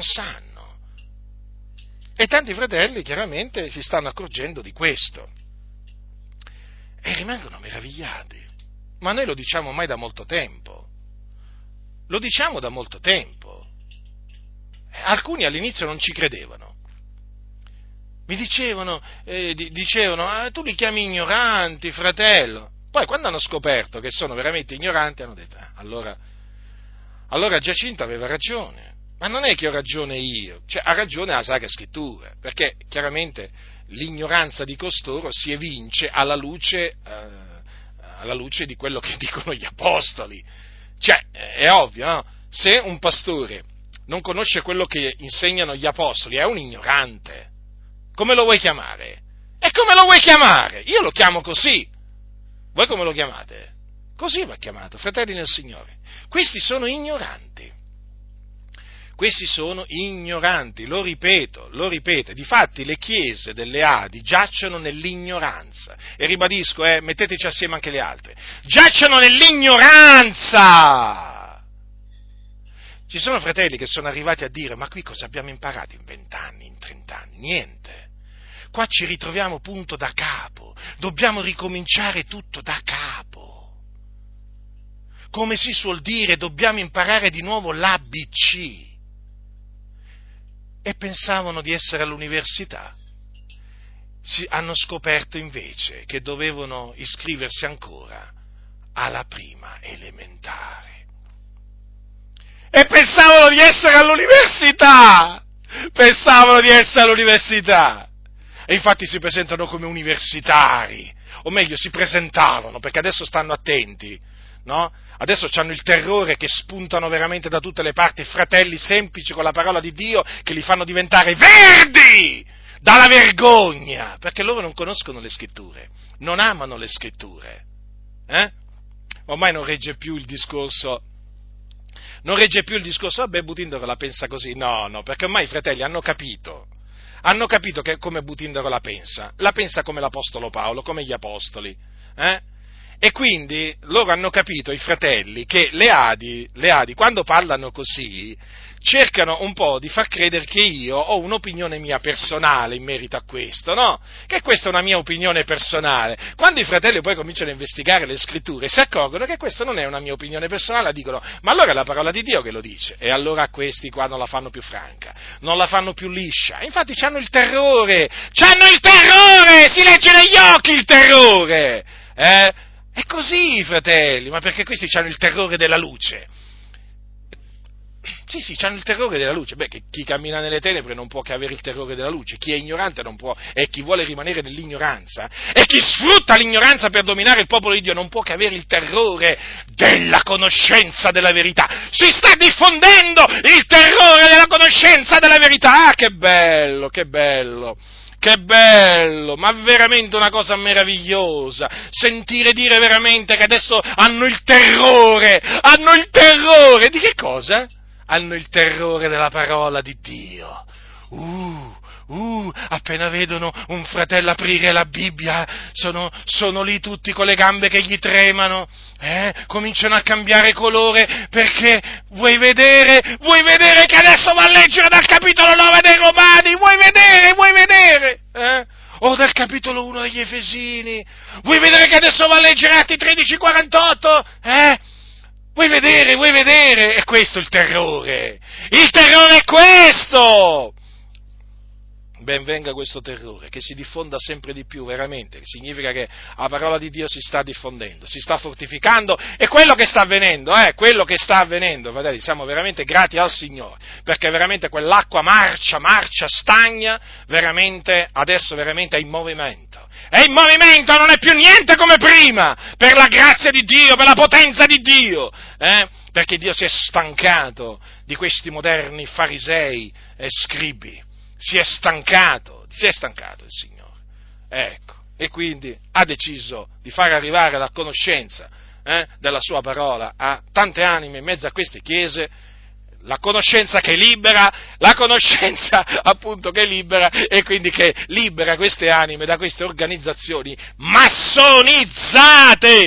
E tanti fratelli chiaramente si stanno accorgendo di questo. E rimangono meravigliati. Ma noi lo diciamo ormai da molto tempo. Alcuni all'inizio non ci credevano. Mi dicevano, tu li chiami ignoranti, fratello. Poi quando hanno scoperto che sono veramente ignoranti hanno detto, allora Giacinto aveva ragione, ma non è che ho ragione io, ha ragione la Sacra Scrittura, perché chiaramente l'ignoranza di costoro si evince alla luce alla luce di quello che dicono gli apostoli. Cioè, è ovvio, no? Se un pastore non conosce quello che insegnano gli apostoli, è un ignorante. Come lo vuoi chiamare? E come lo vuoi chiamare? Io lo chiamo così. Voi come lo chiamate? Così va chiamato, fratelli nel Signore. Questi sono ignoranti. Questi sono ignoranti, lo ripeto. Difatti le chiese delle Adi giacciono nell'ignoranza. E ribadisco, metteteci assieme anche le altre. Giacciono nell'ignoranza! Ci sono fratelli che sono arrivati a dire, ma qui cosa abbiamo imparato in 20 anni, in 30 anni? Niente. Qua ci ritroviamo punto da capo. Dobbiamo ricominciare tutto da capo. Come si suol dire, dobbiamo imparare di nuovo l'ABC. E pensavano di essere all'università. Hanno scoperto invece che dovevano iscriversi ancora alla prima elementare. E pensavano di essere all'università! E infatti si presentano come universitari, o meglio si presentavano, perché adesso stanno attenti, no? Adesso hanno il terrore che spuntano veramente da tutte le parti fratelli semplici con la parola di Dio che li fanno diventare verdi dalla vergogna, perché loro non conoscono le scritture, non amano le scritture. Ormai non regge più il discorso, vabbè, Butindaro la pensa così, no, perché ormai i fratelli hanno capito che come Butindaro la pensa come l'Apostolo Paolo, come gli Apostoli, E quindi loro hanno capito, i fratelli, che le Adi, quando parlano così, cercano un po' di far credere che io ho un'opinione mia personale in merito a questo, no? Che questa è una mia opinione personale. Quando i fratelli poi cominciano a investigare le scritture, si accorgono che questa non è una mia opinione personale, dicono, ma allora è la parola di Dio che lo dice. E allora questi qua non la fanno più franca, non la fanno più liscia. Infatti c'hanno il terrore, si legge negli occhi il terrore, È così, fratelli, ma perché questi hanno il terrore della luce. Sì, hanno il terrore della luce. Beh, che chi cammina nelle tenebre non può che avere il terrore della luce. Chi è ignorante non può, e chi vuole rimanere nell'ignoranza, e chi sfrutta l'ignoranza per dominare il popolo di Dio non può che avere il terrore della conoscenza della verità. Si sta diffondendo il terrore della conoscenza della verità. Ah, che bello! Che bello, ma veramente una cosa meravigliosa, sentire dire veramente che adesso hanno il terrore, di che cosa? Hanno il terrore della parola di Dio. Appena vedono un fratello aprire la Bibbia, sono lì tutti con le gambe che gli tremano, cominciano a cambiare colore, perché vuoi vedere che adesso va a leggere dal capitolo 9 dei Romani, vuoi vedere, o dal capitolo 1 degli Efesini, vuoi vedere che adesso va a leggere Atti 13:48, Vuoi vedere, è questo il terrore è questo! Ben venga questo terrore, che si diffonda sempre di più, veramente, che significa che la parola di Dio si sta diffondendo, si sta fortificando, e quello che sta avvenendo, fratelli, siamo veramente grati al Signore, perché veramente quell'acqua marcia, stagna, veramente, adesso veramente è in movimento, non è più niente come prima, per la grazia di Dio, per la potenza di Dio, perché Dio si è stancato di questi moderni farisei e scribi. Si è stancato il Signore, ecco, e quindi ha deciso di far arrivare la conoscenza della sua parola a tante anime in mezzo a queste chiese, la conoscenza che libera, appunto che libera, e quindi che libera queste anime da queste organizzazioni massonizzate,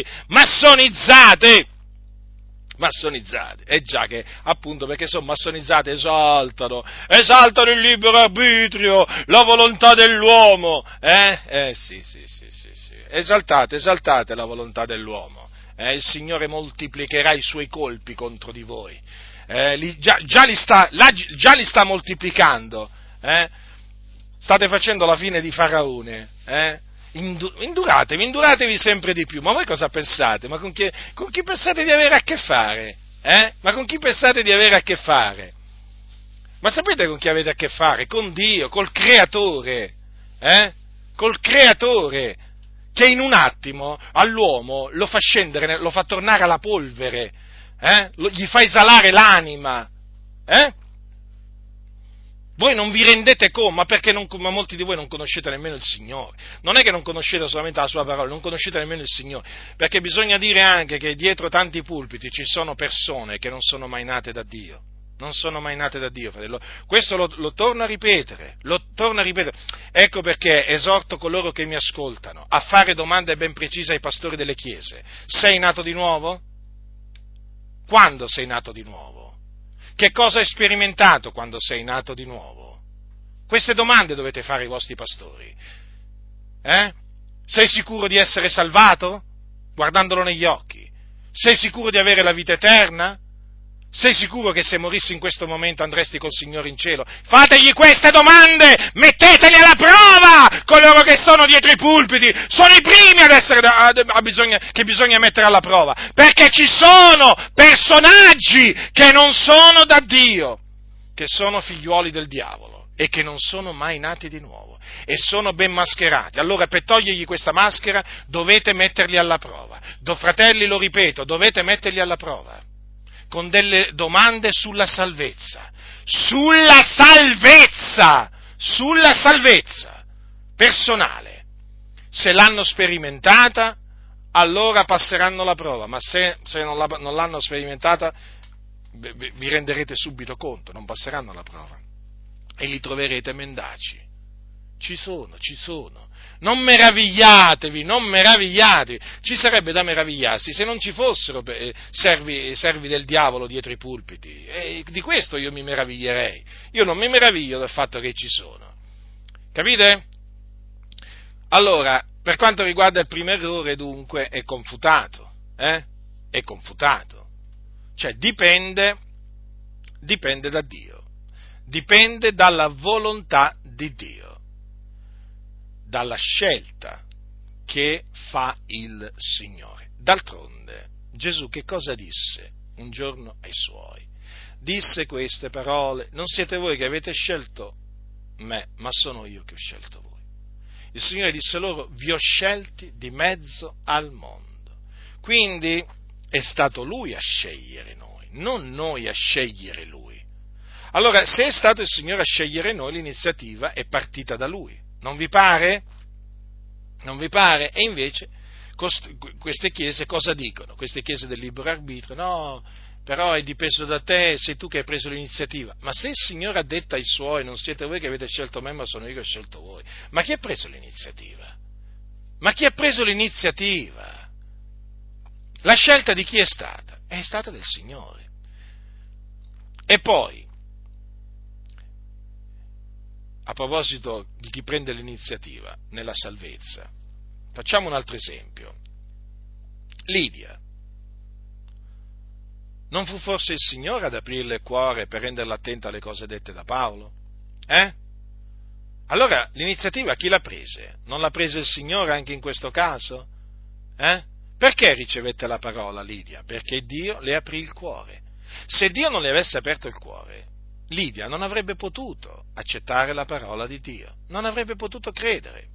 già che appunto perché sono massonizzate esaltano il libero arbitrio, la volontà dell'uomo, sì, esaltate la volontà dell'uomo, il Signore moltiplicherà i suoi colpi contro di voi, già li sta moltiplicando, state facendo la fine di Faraone, induratevi sempre di più. Ma voi cosa pensate? Ma con chi pensate di avere a che fare? Ma con chi pensate di avere a che fare? Ma sapete con chi avete a che fare? Con Dio, col Creatore, che in un attimo all'uomo lo fa scendere, lo fa tornare alla polvere, gli fa esalare l'anima, Voi non vi rendete conto, ma perché ma molti di voi non conoscete nemmeno il Signore. Non è che non conoscete solamente la sua parola, non conoscete nemmeno il Signore, perché bisogna dire anche che dietro tanti pulpiti ci sono persone che non sono mai nate da Dio. Non sono mai nate da Dio, fratello. Questo lo torno a ripetere, Ecco perché esorto coloro che mi ascoltano a fare domande ben precise ai pastori delle chiese. Sei nato di nuovo? Quando sei nato di nuovo? Che cosa hai sperimentato quando sei nato di nuovo? Queste domande dovete fare ai vostri pastori. Sei sicuro di essere salvato? Guardandolo negli occhi. Sei sicuro di avere la vita eterna? Sei sicuro che se morissi in questo momento andresti col Signore in cielo? Fategli queste domande, metteteli alla prova! Coloro che sono dietro i pulpiti sono i primi ad essere che bisogna mettere alla prova, perché ci sono personaggi che non sono da Dio, che sono figliuoli del diavolo e che non sono mai nati di nuovo e sono ben mascherati. Allora, per togliergli questa maschera dovete metterli alla prova. Fratelli, lo ripeto, dovete metterli alla prova con delle domande sulla salvezza personale. Se l'hanno sperimentata, allora passeranno la prova, ma se non l'hanno sperimentata, vi renderete subito conto, non passeranno la prova e li troverete mendaci. Ci sono. Non meravigliatevi, ci sarebbe da meravigliarsi se non ci fossero servi del diavolo dietro i pulpiti, e di questo io mi meraviglierei. Io non mi meraviglio del fatto che ci sono, capite? Allora, per quanto riguarda il primo errore, dunque, è confutato, cioè dipende da Dio, dipende dalla volontà di Dio, dalla scelta che fa il Signore. D'altronde, Gesù che cosa disse un giorno ai Suoi? Disse queste parole: non siete voi che avete scelto me, ma sono io che ho scelto voi. Il Signore disse loro: vi ho scelti di mezzo al mondo. Quindi è stato Lui a scegliere noi, non noi a scegliere Lui. Allora, se è stato il Signore a scegliere noi, l'iniziativa è partita da Lui. Non vi pare? Non vi pare? E invece queste chiese cosa dicono? Queste chiese del libero arbitrio: no, però è dipeso da te, sei tu che hai preso l'iniziativa. Ma se il Signore ha detto ai Suoi: non siete voi che avete scelto me, ma sono io che ho scelto voi, ma chi ha preso l'iniziativa? La scelta di chi è stata? È stata del Signore. E poi, a proposito di chi prende l'iniziativa nella salvezza, facciamo un altro esempio. Lidia. Non fu forse il Signore ad aprirle il cuore per renderla attenta alle cose dette da Paolo? Allora l'iniziativa chi la prese? Non l'ha presa il Signore anche in questo caso? Perché ricevette la parola Lidia? Perché Dio le aprì il cuore. Se Dio non le avesse aperto il cuore, Lidia non avrebbe potuto accettare la parola di Dio, non avrebbe potuto credere.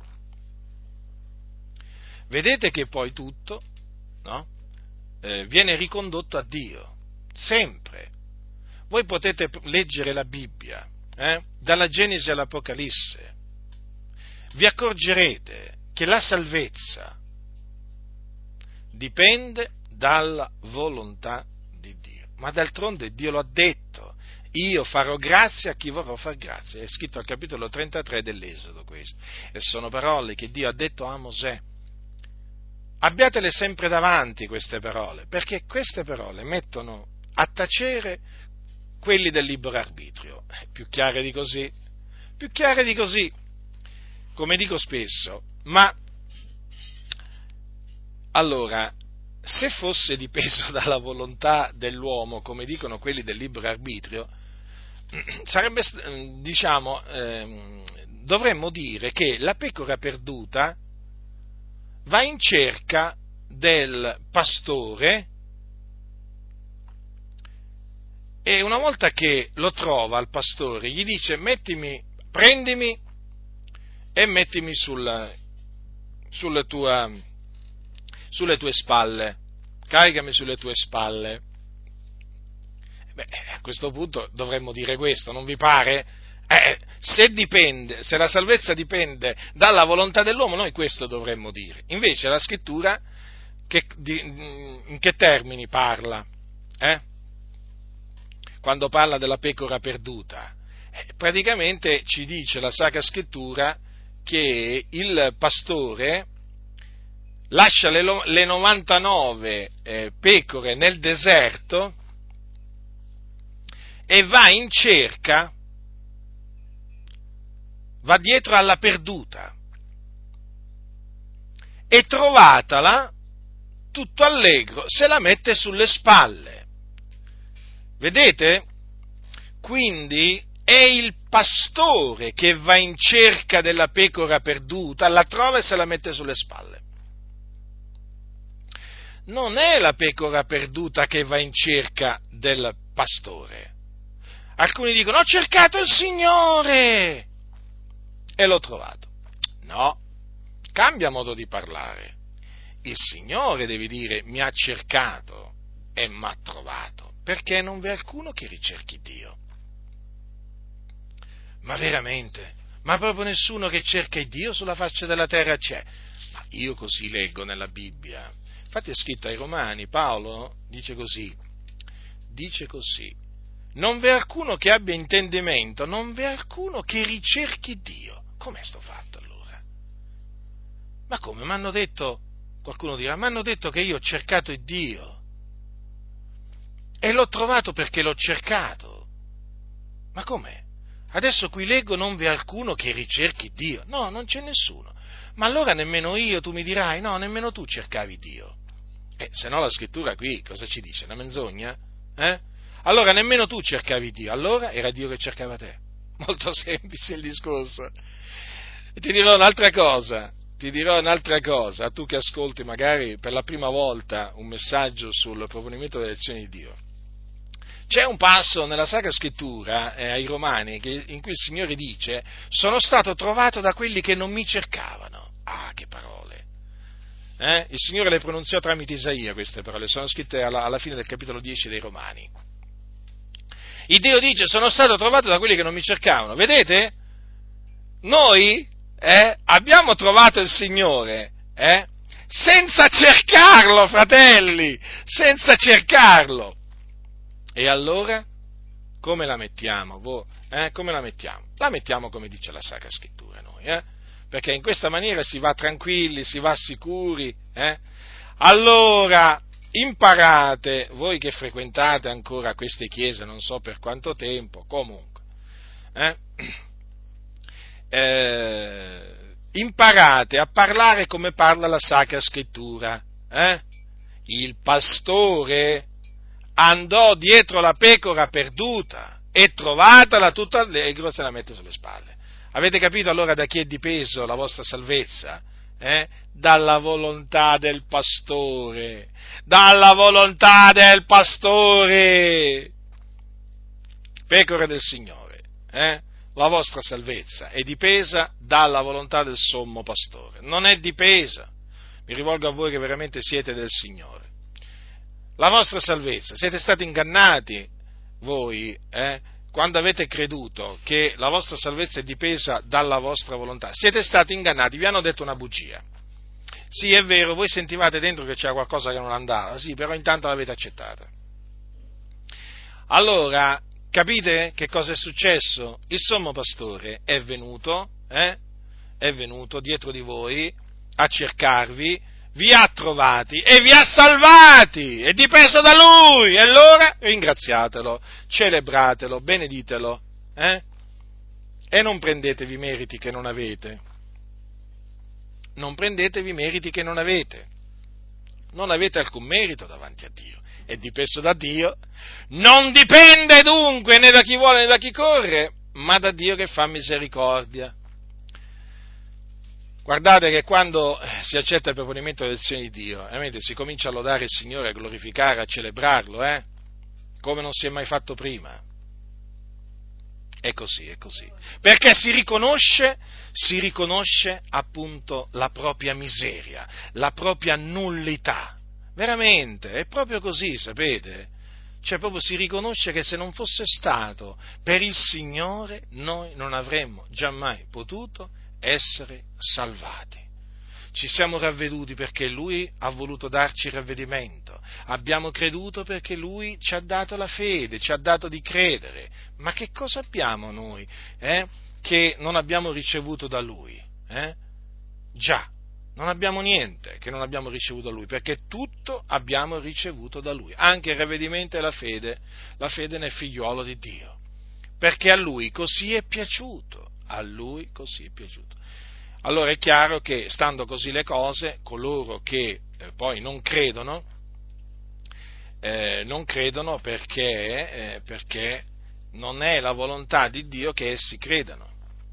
Vedete che poi tutto, no? Viene ricondotto a Dio, sempre. Voi potete leggere la Bibbia, dalla Genesi all'Apocalisse, vi accorgerete che la salvezza dipende dalla volontà di Dio, ma d'altronde Dio lo ha detto: io farò grazia a chi vorrò far grazia. È scritto al capitolo 33 dell'Esodo questo, e sono parole che Dio ha detto a Mosè. Abbiatele sempre davanti queste parole, perché queste parole mettono a tacere quelli del libero arbitrio. Più chiare di così, come dico spesso. Ma allora, se fosse dipeso dalla volontà dell'uomo, come dicono quelli del libero arbitrio, sarebbe, dovremmo dire che la pecora perduta va in cerca del pastore e una volta che lo trova il pastore gli dice: prendimi e mettimi sulle tue spalle, caricami sulle tue spalle. A questo punto dovremmo dire questo, non vi pare? Se la salvezza dipende dalla volontà dell'uomo, noi questo dovremmo dire. Invece la Scrittura in che termini parla? Quando parla della pecora perduta? Praticamente ci dice la Sacra Scrittura che il pastore lascia le 99 pecore nel deserto e va in cerca, va dietro alla perduta, e trovatala, tutto allegro, se la mette sulle spalle. Vedete? Quindi è il pastore che va in cerca della pecora perduta, la trova e se la mette sulle spalle. Non è la pecora perduta che va in cerca del pastore. Alcuni dicono: ho cercato il Signore e l'ho trovato. No, cambia modo di parlare. Il Signore, devi dire, mi ha cercato e mi ha trovato, perché non v'è alcuno che ricerchi Dio. Ma veramente? Ma proprio nessuno che cerca Dio sulla faccia della terra c'è? Ma io così leggo nella Bibbia. Infatti è scritto ai Romani, Paolo dice così: non v'è alcuno che abbia intendimento, non v'è alcuno che ricerchi Dio. Com'è sto fatto allora? Ma come? M'hanno detto, qualcuno dirà, m'hanno detto che io ho cercato il Dio e l'ho trovato perché l'ho cercato. Ma com'è? Adesso qui leggo: non v'è alcuno che ricerchi Dio. No, non c'è nessuno. Ma allora nemmeno io, tu mi dirai, no, nemmeno tu cercavi Dio. Se no la Scrittura qui cosa ci dice? Una menzogna? Allora nemmeno tu cercavi Dio, allora era Dio che cercava te. Molto semplice il discorso. E ti dirò un'altra cosa, a tu che ascolti magari per la prima volta un messaggio sul proponimento dell'elezione di Dio. C'è un passo nella Sacra Scrittura, ai Romani, in cui il Signore dice: sono stato trovato da quelli che non mi cercavano. Ah, che parole! Il Signore le pronunziò tramite Isaia queste parole, sono scritte alla fine del capitolo 10 dei Romani. Il Dio dice: sono stato trovato da quelli che non mi cercavano. Vedete? Noi abbiamo trovato il Signore senza cercarlo, fratelli, senza cercarlo. E allora come la mettiamo? Come la mettiamo? La mettiamo come dice la Sacra Scrittura noi, perché in questa maniera si va tranquilli, si va sicuri. Allora, imparate, voi che frequentate ancora queste chiese, non so per quanto tempo, comunque, imparate a parlare come parla la Sacra Scrittura. Il pastore andò dietro la pecora perduta e trovatala tutto allegro se la mette sulle spalle. Avete capito allora da chi è dipeso la vostra salvezza? Dalla volontà del pastore, pecore del Signore, la vostra salvezza è dipesa dalla volontà del sommo pastore, non è dipesa, mi rivolgo a voi che veramente siete del Signore, la vostra salvezza, siete stati ingannati voi, quando avete creduto che la vostra salvezza è dipesa dalla vostra volontà, siete stati ingannati, vi hanno detto una bugia. Sì, è vero, voi sentivate dentro che c'era qualcosa che non andava, sì, però intanto l'avete accettata. Allora, capite che cosa è successo? Il sommo pastore è venuto dietro di voi a cercarvi, vi ha trovati e vi ha salvati, è dipeso da Lui, e allora ringraziatelo, celebratelo, beneditelo, e non prendetevi meriti che non avete, non avete alcun merito davanti a Dio, è dipeso da Dio, non dipende dunque né da chi vuole né da chi corre, ma da Dio che fa misericordia. Guardate che quando si accetta il proponimento dell'elezione di Dio, si comincia a lodare il Signore, a glorificare, a celebrarlo, come non si è mai fatto prima. È così, è così. Perché si riconosce appunto la propria miseria, la propria nullità. Veramente, è proprio così, sapete? Cioè proprio si riconosce che se non fosse stato per il Signore noi non avremmo giammai potuto essere salvati. Ci siamo ravveduti perché Lui ha voluto darci il ravvedimento, abbiamo creduto perché Lui ci ha dato la fede, ci ha dato di credere. Ma che cosa abbiamo noi che non abbiamo ricevuto da Lui? Già, non abbiamo niente che non abbiamo ricevuto da Lui, perché tutto abbiamo ricevuto da Lui, anche il ravvedimento e la fede nel figliuolo di Dio, perché a Lui così è piaciuto, Allora è chiaro che, stando così le cose, coloro che poi non credono perché non è la volontà di Dio che essi credano.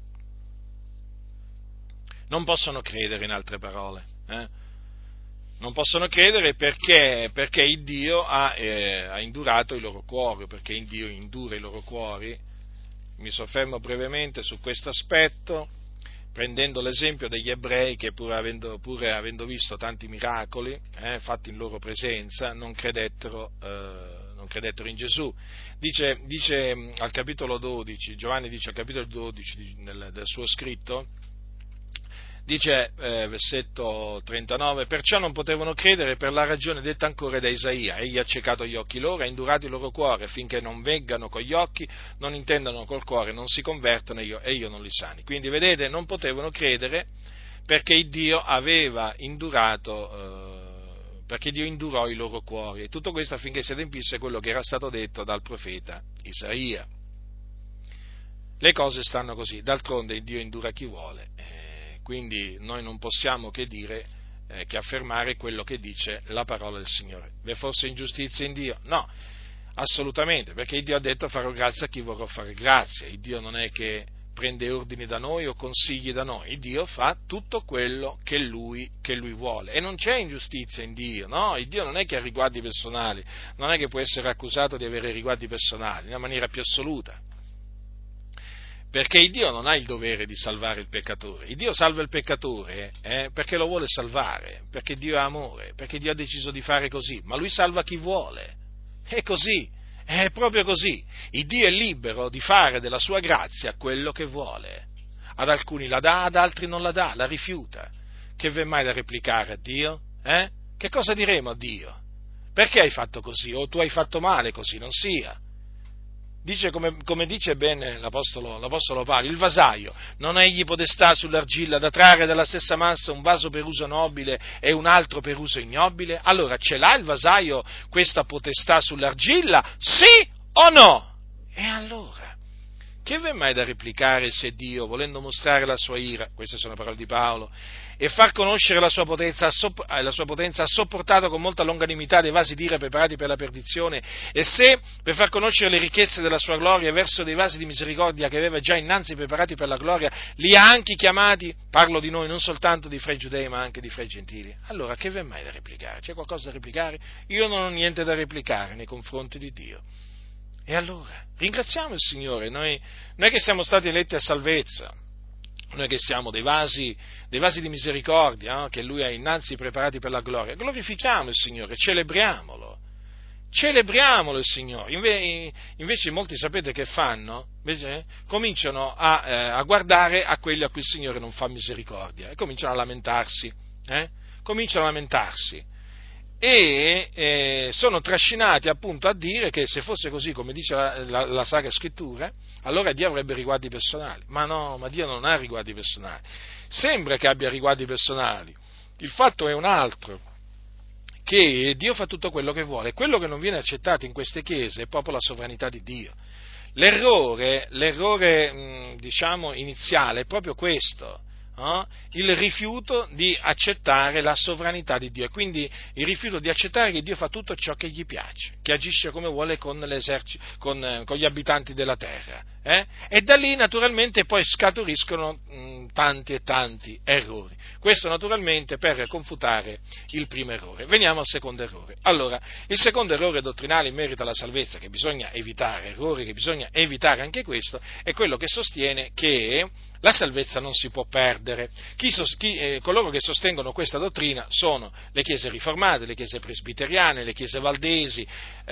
Non possono credere, in altre parole. Non possono credere perché il Dio ha indurato i loro cuori, perché il Dio indura i loro cuori. Mi soffermo brevemente su questo aspetto, prendendo l'esempio degli ebrei che pur avendo visto tanti miracoli fatti in loro presenza, non credettero in Gesù. Dice al capitolo 12, Giovanni dice al capitolo 12 del suo scritto, dice versetto 39, perciò non potevano credere per la ragione detta ancora da Isaia, egli ha accecato gli occhi loro, ha indurato il loro cuore, affinché non veggano con gli occhi, non intendano col cuore, non si convertano e io non li sani. Quindi vedete, non potevano credere perché Dio aveva perché Dio indurò i loro cuori, e tutto questo affinché si adempisse quello che era stato detto dal profeta Isaia. Le cose stanno così, d'altronde Dio indura chi vuole. Quindi noi non possiamo che dire, che affermare quello che dice la parola del Signore. V'è forse ingiustizia in Dio? No, assolutamente, perché Dio ha detto farò grazia a chi vorrò fare grazia. Il Dio non è che prende ordini da noi o consigli da noi, il Dio fa tutto quello che Lui vuole, e non c'è ingiustizia in Dio, no? Il Dio non è che ha riguardi personali, non è che può essere accusato di avere riguardi personali, nella maniera più assoluta. Perché il Dio non ha il dovere di salvare il peccatore, il Dio salva il peccatore perché lo vuole salvare, perché Dio è amore, perché Dio ha deciso di fare così, ma Lui salva chi vuole, è così, è proprio così, il Dio è libero di fare della sua grazia quello che vuole, ad alcuni la dà, ad altri non la dà, la rifiuta, che v'è mai da replicare a Dio? Che cosa diremo a Dio? Perché hai fatto così? O tu hai fatto male così, non sia. Dice come dice bene l'Apostolo Paolo, il vasaio non ha egli potestà sull'argilla da trarre dalla stessa massa un vaso per uso nobile e un altro per uso ignobile? Allora, ce l'ha il vasaio questa potestà sull'argilla? Sì o no? E allora, che v'è mai da replicare se Dio, volendo mostrare la sua ira, queste sono le parole di Paolo, e far conoscere la sua potenza, ha sopportato con molta longanimità dei vasi d'ira preparati per la perdizione, e se, per far conoscere le ricchezze della sua gloria verso dei vasi di misericordia che aveva già innanzi preparati per la gloria, li ha anche chiamati, parlo di noi, non soltanto di fra i giudei, ma anche di fra i gentili. Allora, che v'è mai da replicare? C'è qualcosa da replicare? Io non ho niente da replicare nei confronti di Dio. E allora, ringraziamo il Signore, noi che siamo stati eletti a salvezza, noi che siamo dei vasi di misericordia, che Lui ha innanzi preparati per la gloria, glorifichiamo il Signore, celebriamolo il Signore. Invece molti sapete che fanno? Invece, cominciano a guardare a quelli a cui il Signore non fa misericordia, e cominciano a lamentarsi, e sono trascinati appunto a dire che se fosse così come dice la Sacra Scrittura, allora Dio avrebbe riguardi personali. Ma no, ma Dio non ha riguardi personali. Sembra che abbia riguardi personali, il fatto è un altro, che Dio fa tutto quello che vuole. Quello che non viene accettato in queste chiese è proprio la sovranità di Dio. L'errore diciamo iniziale è proprio questo. il rifiuto di accettare la sovranità di Dio, e quindi il rifiuto di accettare che Dio fa tutto ciò che gli piace, che agisce come vuole con gli abitanti della terra. E da lì naturalmente poi scaturiscono tanti e tanti errori. Questo naturalmente per confutare il primo errore. Veniamo al secondo errore. Allora, il secondo errore dottrinale in merito alla salvezza che bisogna evitare, errore che bisogna evitare anche questo, è quello che sostiene che la salvezza non si può perdere. Coloro che sostengono questa dottrina sono le chiese riformate, le chiese presbiteriane, le chiese valdesi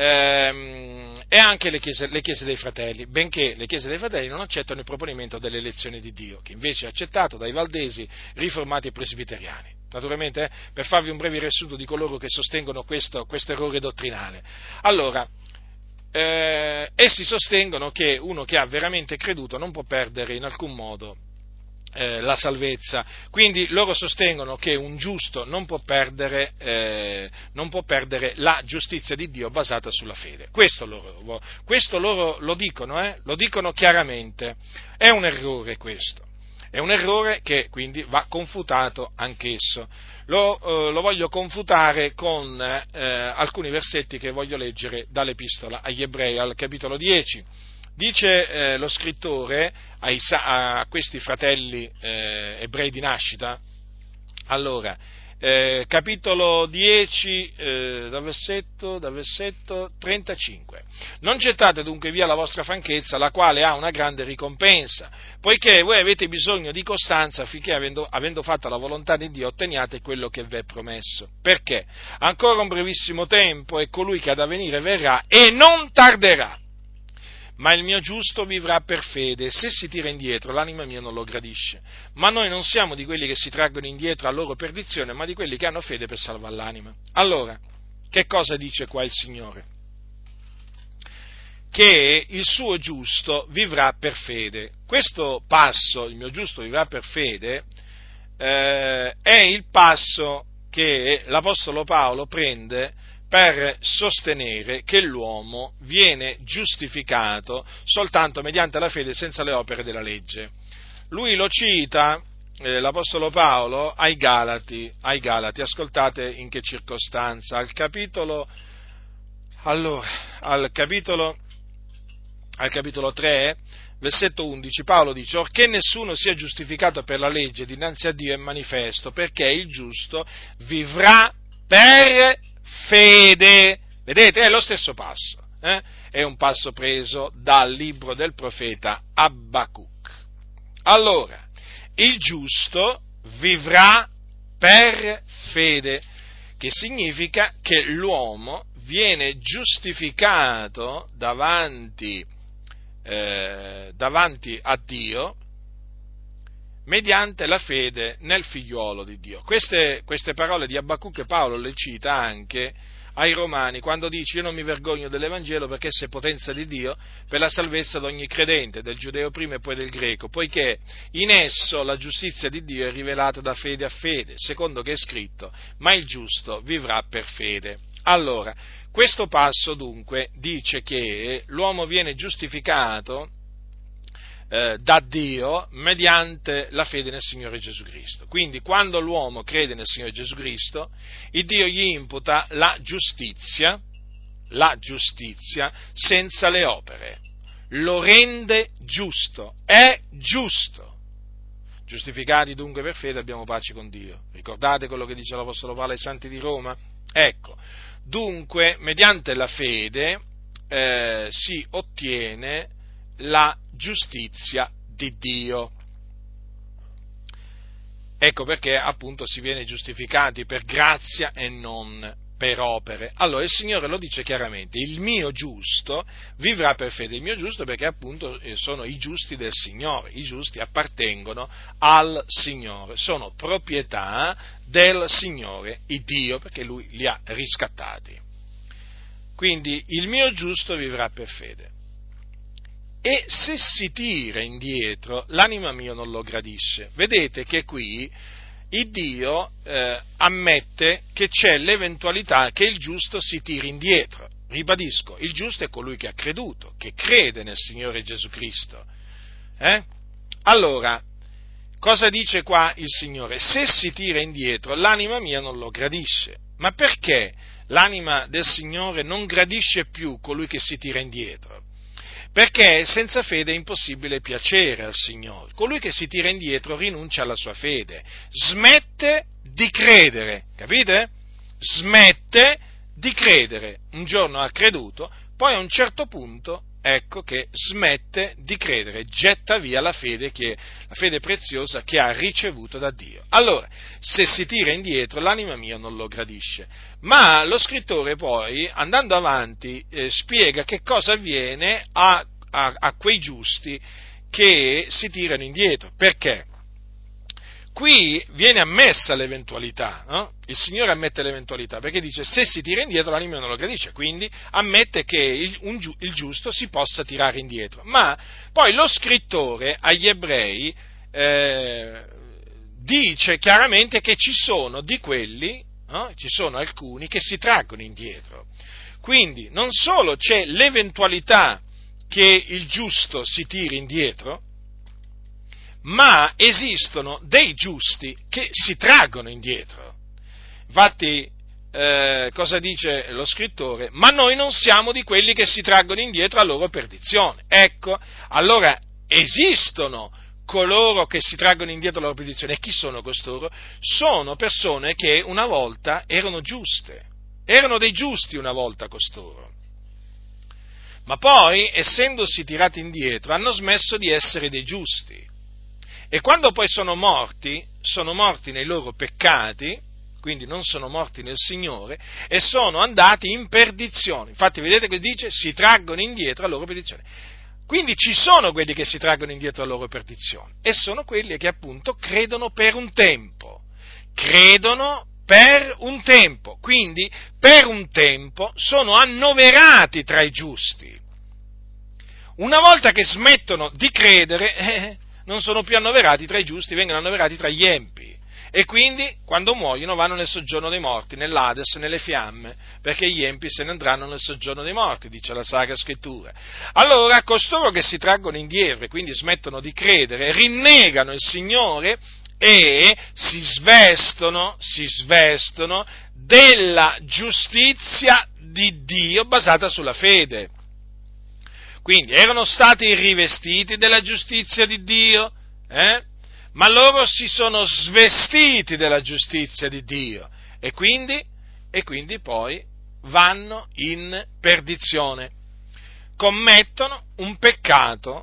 e anche le chiese dei fratelli, benché le chiese dei fratelli non accettano il proponimento dell'elezione di Dio, che invece è accettato dai valdesi, riformati e presbiteriani. Naturalmente, per farvi un breve riassunto di coloro che sostengono questo errore dottrinale. Allora, essi sostengono che uno che ha veramente creduto non può perdere in alcun modo la salvezza, quindi loro sostengono che un giusto non può perdere la giustizia di Dio basata sulla fede. Questo loro lo dicono chiaramente. È un errore questo. È un errore che quindi va confutato anch'esso. Lo voglio confutare con alcuni versetti che voglio leggere dall'Epistola agli Ebrei, al capitolo 10. Dice lo scrittore a questi fratelli ebrei di nascita, allora, capitolo 10, dal versetto 35. Non gettate dunque via la vostra franchezza, la quale ha una grande ricompensa, poiché voi avete bisogno di costanza affinché, avendo fatta la volontà di Dio, otteniate quello che vi è promesso. Perché? Ancora un brevissimo tempo e colui che ha da venire verrà e non tarderà. Ma il mio giusto vivrà per fede, se si tira indietro l'anima mia non lo gradisce. Ma noi non siamo di quelli che si traggono indietro a loro perdizione, ma di quelli che hanno fede per salvare l'anima. Allora, che cosa dice qua il Signore? Che il suo giusto vivrà per fede. Questo passo, il mio giusto vivrà per fede, è il passo che l'Apostolo Paolo prende per sostenere che l'uomo viene giustificato soltanto mediante la fede senza le opere della legge. Lui lo cita, l'Apostolo Paolo, ai Galati, ascoltate in che circostanza, al capitolo 3, versetto 11, Paolo dice: «Orché nessuno sia giustificato per la legge dinanzi a Dio è manifesto, perché il giusto vivrà per fede». Vedete, è lo stesso passo, è un passo preso dal libro del profeta Abacuc. Allora, il giusto vivrà per fede, che significa che l'uomo viene giustificato davanti a Dio mediante la fede nel figliuolo di Dio. Queste parole di Abacuc Paolo le cita anche ai Romani, quando dice: «Io non mi vergogno dell'Evangelo, perché esso è potenza di Dio per la salvezza di ogni credente, del giudeo prima e poi del greco, poiché in esso la giustizia di Dio è rivelata da fede a fede, secondo che è scritto: ma il giusto vivrà per fede». Allora, questo passo dunque dice che l'uomo viene giustificato da Dio mediante la fede nel Signore Gesù Cristo. Quindi quando l'uomo crede nel Signore Gesù Cristo, il Dio gli imputa la giustizia senza le opere, lo rende giusto, è giusto. Giustificati dunque per fede abbiamo pace con Dio. Ricordate quello che dice l'Apostolo Paolo ai Santi di Roma? Ecco, dunque mediante la fede si ottiene la giustizia di Dio. Ecco perché appunto si viene giustificati per grazia e non per opere. Allora il Signore lo dice chiaramente: il mio giusto vivrà per fede. Il mio giusto perché appunto sono i giusti del Signore, i giusti appartengono al Signore, sono proprietà del Signore, il Dio, perché Lui li ha riscattati. Quindi il mio giusto vivrà per fede. E se si tira indietro, l'anima mia non lo gradisce. Vedete che qui il Dio ammette che c'è l'eventualità che il giusto si tiri indietro. Ribadisco, il giusto è colui che ha creduto, che crede nel Signore Gesù Cristo. Allora, cosa dice qua il Signore? Se si tira indietro, l'anima mia non lo gradisce. Ma perché l'anima del Signore non gradisce più colui che si tira indietro? Perché senza fede è impossibile piacere al Signore. Colui che si tira indietro rinuncia alla sua fede, smette di credere, capite? Smette di credere. Un giorno ha creduto, poi a un certo punto, ecco che smette di credere, getta via la fede preziosa che ha ricevuto da Dio. Allora, se si tira indietro, l'anima mia non lo gradisce. Ma lo scrittore poi, andando avanti, spiega che cosa avviene a quei giusti che si tirano indietro. Perché? Qui viene ammessa l'eventualità, no? Il Signore ammette l'eventualità, perché dice se si tira indietro l'anima non lo gradisce, quindi ammette che il giusto si possa tirare indietro. Ma poi lo scrittore agli ebrei dice chiaramente che ci sono di quelli, no? Ci sono alcuni che si traggono indietro. Quindi non solo c'è l'eventualità che il giusto si tiri indietro, ma esistono dei giusti che si traggono indietro. Infatti, cosa dice lo scrittore? Ma noi non siamo di quelli che si traggono indietro a loro perdizione. Ecco, allora esistono coloro che si traggono indietro alla loro perdizione. E chi sono costoro? Sono persone che una volta erano giuste, erano dei giusti una volta costoro. Ma poi, essendosi tirati indietro, hanno smesso di essere dei giusti. E quando poi sono morti nei loro peccati, quindi non sono morti nel Signore, e sono andati in perdizione. Infatti vedete che dice, si traggono indietro a loro perdizione. Quindi ci sono quelli che si traggono indietro a loro perdizione, e sono quelli che appunto credono per un tempo. Quindi per un tempo sono annoverati tra i giusti. Una volta che smettono di credere, non sono più annoverati tra i giusti, vengono annoverati tra gli empi. E quindi, quando muoiono, vanno nel soggiorno dei morti, nell'Ades, nelle fiamme, perché gli empi se ne andranno nel soggiorno dei morti, dice la Sacra Scrittura. Allora, costoro che si traggono indietro e quindi smettono di credere, rinnegano il Signore e si svestono della giustizia di Dio basata sulla fede. Quindi erano stati rivestiti della giustizia di Dio, ma loro si sono svestiti della giustizia di Dio e quindi poi vanno in perdizione. Commettono un peccato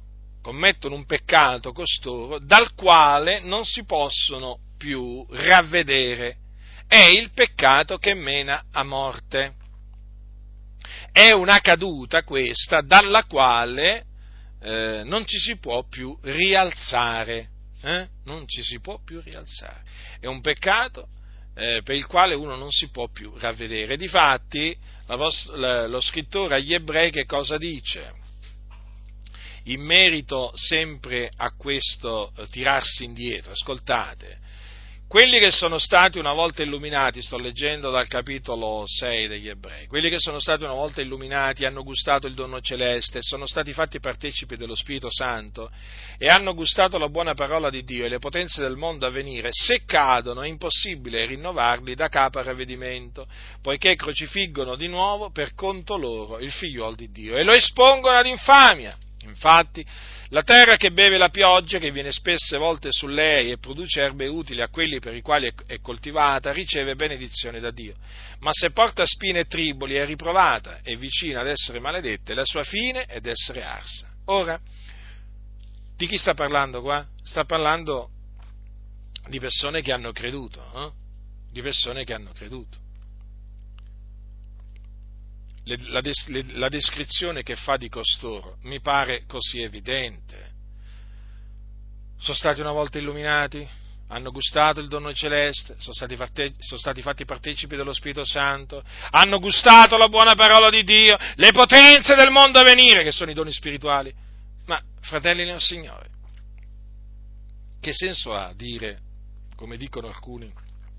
costoro dal quale non si possono più ravvedere. È il peccato che mena a morte. È una caduta questa dalla quale non ci si può più rialzare. Non ci si può più rialzare. È un peccato per il quale uno non si può più ravvedere. Difatti, lo scrittore agli ebrei che cosa dice? In merito sempre a questo tirarsi indietro, ascoltate. Quelli che sono stati una volta illuminati, sto leggendo dal capitolo 6 degli Ebrei, quelli che sono stati una volta illuminati, hanno gustato il dono celeste, sono stati fatti partecipi dello Spirito Santo e hanno gustato la buona parola di Dio e le potenze del mondo a venire, se cadono è impossibile rinnovarli da capo al ravvedimento, poiché crocifiggono di nuovo per conto loro il figliuolo di Dio e lo espongono ad infamia. Infatti, la terra che beve la pioggia, che viene spesse volte su lei e produce erbe utili a quelli per i quali è coltivata, riceve benedizione da Dio. Ma se porta spine e triboli è riprovata, è vicina ad essere maledetta e la sua fine è d'essere arsa. Ora, di chi sta parlando qua? Sta parlando di persone che hanno creduto, di persone che hanno creduto. La descrizione che fa di costoro mi pare così evidente. Sono stati una volta illuminati, hanno gustato il dono celeste, sono stati fatti partecipi dello Spirito Santo, hanno gustato la buona parola di Dio, le potenze del mondo a venire, che sono i doni spirituali. Ma, fratelli nel Signore, che senso ha dire, come dicono alcuni,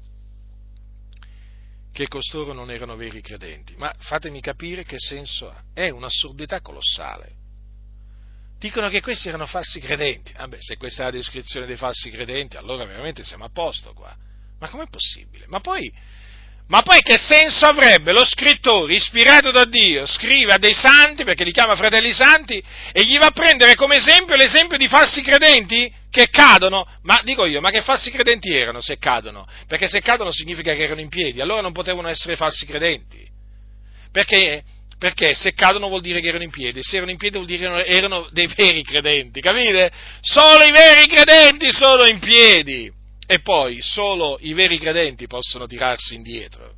che costoro non erano veri credenti? Ma fatemi capire che senso ha. È un'assurdità colossale. Dicono che questi erano falsi credenti. Vabbè, se questa è la descrizione dei falsi credenti, allora veramente siamo a posto qua. Ma com'è possibile? Ma poi che senso avrebbe lo scrittore ispirato da Dio, scrive a dei santi, perché li chiama fratelli santi, e gli va a prendere come esempio l'esempio di falsi credenti che cadono? Ma dico io, ma che falsi credenti erano se cadono? Perché se cadono significa che erano in piedi, allora non potevano essere falsi credenti. Perché se cadono vuol dire che erano in piedi, se erano in piedi vuol dire che erano dei veri credenti, capite? Solo i veri credenti sono in piedi. E poi solo i veri credenti possono tirarsi indietro.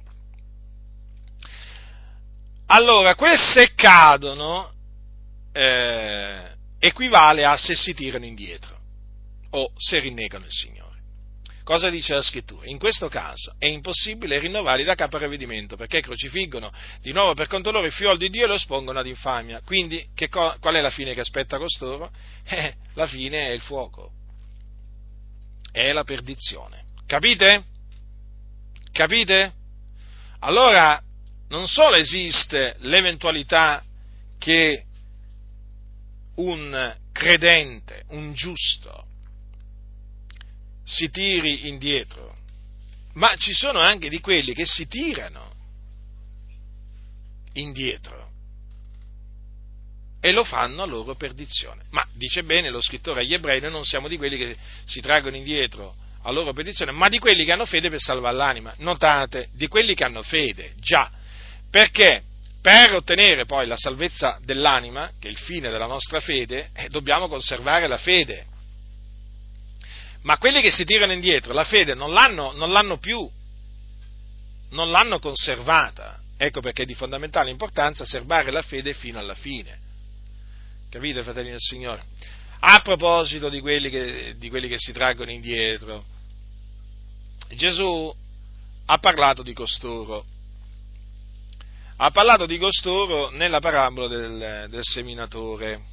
Allora, quel se cadono equivale a se si tirano indietro o se rinnegano il Signore. Cosa dice la Scrittura? In questo caso è impossibile rinnovarli da capo a ravvedimento, perché crocifiggono di nuovo per conto loro il figlio di Dio e lo espongono ad infamia. Quindi qual è la fine che aspetta costoro? La fine è il fuoco, è la perdizione. Capite? Capite? Allora, non solo esiste l'eventualità che un credente, un giusto, si tiri indietro, ma ci sono anche di quelli che si tirano indietro e lo fanno a loro perdizione. Ma dice bene lo scrittore agli ebrei: noi non siamo di quelli che si traggono indietro a loro perdizione, ma di quelli che hanno fede per salvare l'anima. Notate, di quelli che hanno fede, già, perché per ottenere poi la salvezza dell'anima, che è il fine della nostra fede, dobbiamo conservare la fede. Ma quelli che si tirano indietro, la fede non l'hanno più, non l'hanno conservata. Ecco perché è di fondamentale importanza serbare la fede fino alla fine. Capite, fratelli del Signore? A proposito di quelli che si traggono indietro, Gesù ha parlato di costoro. Ha parlato di costoro nella parabola del seminatore,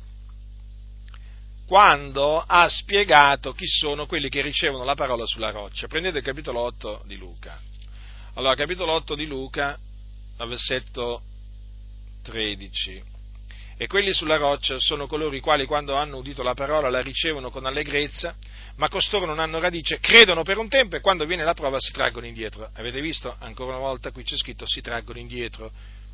quando ha spiegato chi sono quelli che ricevono la parola sulla roccia. Prendete il capitolo 8 di Luca. Allora, capitolo 8 di Luca, versetto 13. E quelli sulla roccia sono coloro i quali, quando hanno udito la parola, la ricevono con allegrezza, ma costoro non hanno radice, credono per un tempo e quando viene la prova si traggono indietro. Avete visto? Ancora una volta qui c'è scritto si traggono indietro.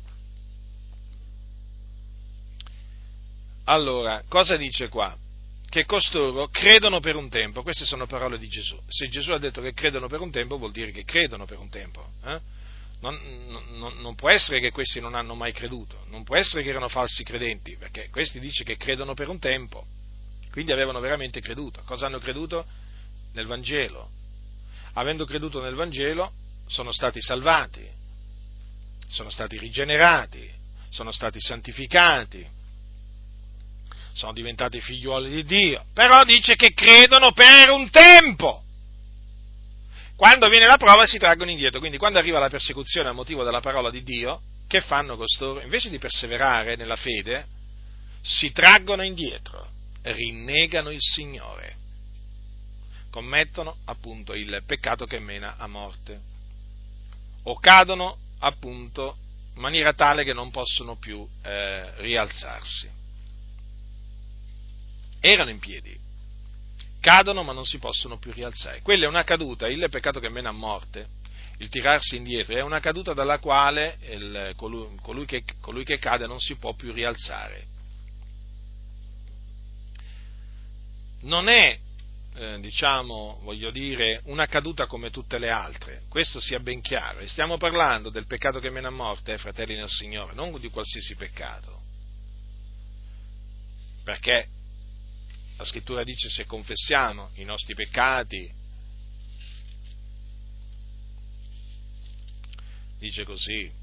Allora, cosa dice qua? Che costoro credono per un tempo. Queste sono parole di Gesù. Se Gesù ha detto che credono per un tempo, vuol dire che credono per un tempo. Non può essere che questi non hanno mai creduto, non può essere che erano falsi credenti, perché questi dice che credono per un tempo, quindi avevano veramente creduto. Cosa hanno creduto? Nel Vangelo. Avendo creduto nel Vangelo, sono stati salvati, sono stati rigenerati, sono stati santificati, sono diventati figliuoli di Dio, però dice che credono per un tempo. Quando viene la prova si traggono indietro, quindi quando arriva la persecuzione a motivo della parola di Dio, che fanno costoro? Invece di perseverare nella fede, si traggono indietro, rinnegano il Signore, commettono appunto il peccato che mena a morte, o cadono appunto in maniera tale che non possono più rialzarsi. Erano in piedi, cadono ma non si possono più rialzare. Quella è una caduta, il peccato che mena a morte, il tirarsi indietro, è una caduta dalla quale colui che cade non si può più rialzare. Non è, una caduta come tutte le altre, questo sia ben chiaro, e stiamo parlando del peccato che mena a morte, fratelli nel Signore, non di qualsiasi peccato, perché la Scrittura dice: se confessiamo i nostri peccati, dice così,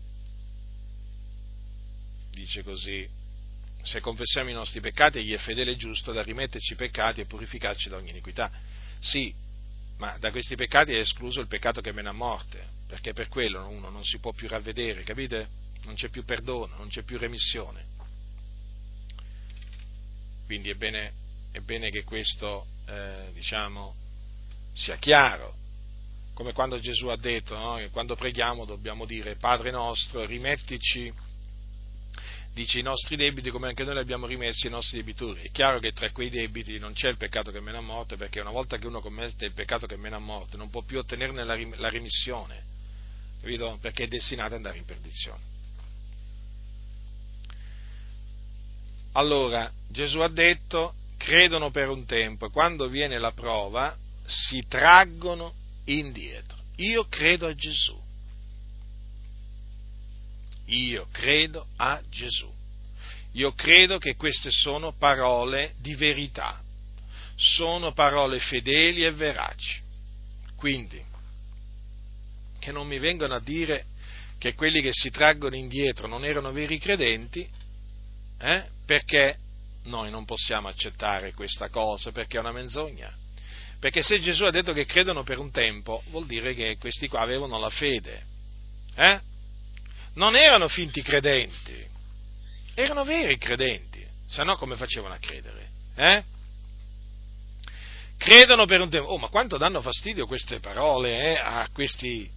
se confessiamo i nostri peccati egli è fedele e giusto da rimetterci i peccati e purificarci da ogni iniquità. Sì, ma da questi peccati è escluso il peccato che mena a morte, perché per quello uno non si può più ravvedere, capite? Non c'è più perdono, non c'è più remissione. Quindi è bene che questo, sia chiaro, come quando Gesù ha detto, no? Che quando preghiamo dobbiamo dire: Padre nostro, rimettici dice i nostri debiti come anche noi li abbiamo rimessi ai nostri debitori. È chiaro che tra quei debiti non c'è il peccato che mena a morte, perché una volta che uno commette il peccato che mena a morte non può più ottenerne la remissione, capito? Perché è destinato ad andare in perdizione. Allora, Gesù ha detto, credono per un tempo e quando viene la prova si traggono indietro. Io credo a Gesù. Io credo a Gesù. Io credo che queste sono parole di verità, sono parole fedeli e veraci. Quindi, che non mi vengano a dire che quelli che si traggono indietro non erano veri credenti, perché noi non possiamo accettare questa cosa, perché è una menzogna. Perché se Gesù ha detto che credono per un tempo, vuol dire che questi qua avevano la fede, Non erano finti credenti, erano veri credenti, se no come facevano a credere? Credono per un tempo. Oh, ma quanto danno fastidio queste parole a questi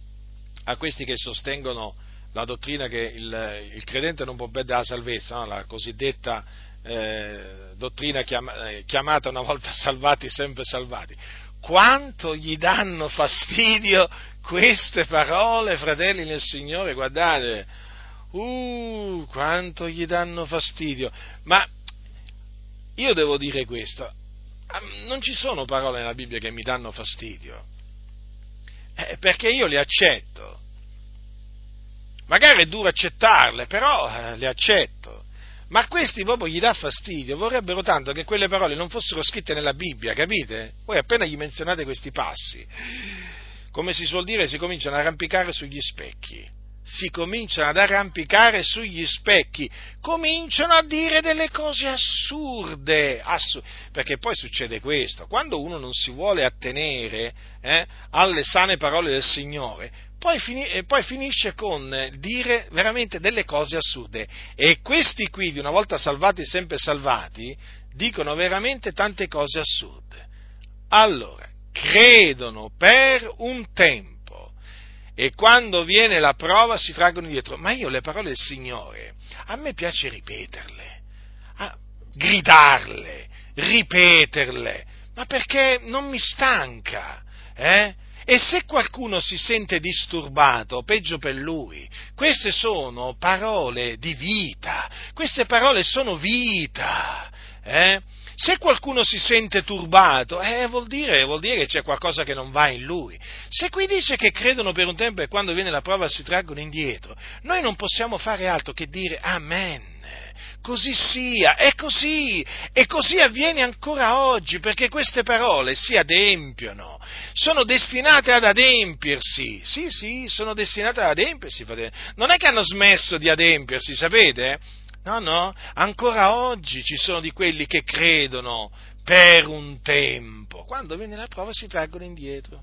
che sostengono la dottrina che il credente non può perdere la salvezza, no? La cosiddetta dottrina chiamata una volta salvati, sempre salvati. Quanto gli danno fastidio queste parole, fratelli nel Signore, guardate, quanto gli danno fastidio. Ma io devo dire questo, non ci sono parole nella Bibbia che mi danno fastidio, perché io le accetto. Magari è duro accettarle, però le accetto. Ma a questi proprio gli dà fastidio, vorrebbero tanto che quelle parole non fossero scritte nella Bibbia, capite? Voi appena gli menzionate questi passi, come si suol dire, si cominciano ad arrampicare sugli specchi. Si cominciano ad arrampicare sugli specchi, cominciano a dire delle cose assurde, perché poi succede questo, quando uno non si vuole attenere alle sane parole del Signore, poi finisce con dire veramente delle cose assurde, e questi qui, di una volta salvati sempre salvati, dicono veramente tante cose assurde. Allora, credono per un tempo, e quando viene la prova si traggono indietro. Ma io le parole del Signore, a me piace ripeterle, gridarle, ripeterle, ma perché non mi stanca, E se qualcuno si sente disturbato, peggio per lui. Queste sono parole di vita, queste parole sono vita, Se qualcuno si sente turbato, vuol dire che c'è qualcosa che non va in lui. Se qui dice che credono per un tempo e quando viene la prova si traggono indietro, noi non possiamo fare altro che dire amen. Così sia, e così avviene ancora oggi, perché queste parole si adempiono, sono destinate ad adempiersi, sì, sono destinate ad adempiersi, non è che hanno smesso di adempiersi, sapete? No, ancora oggi ci sono di quelli che credono per un tempo, quando viene la prova si traggono indietro,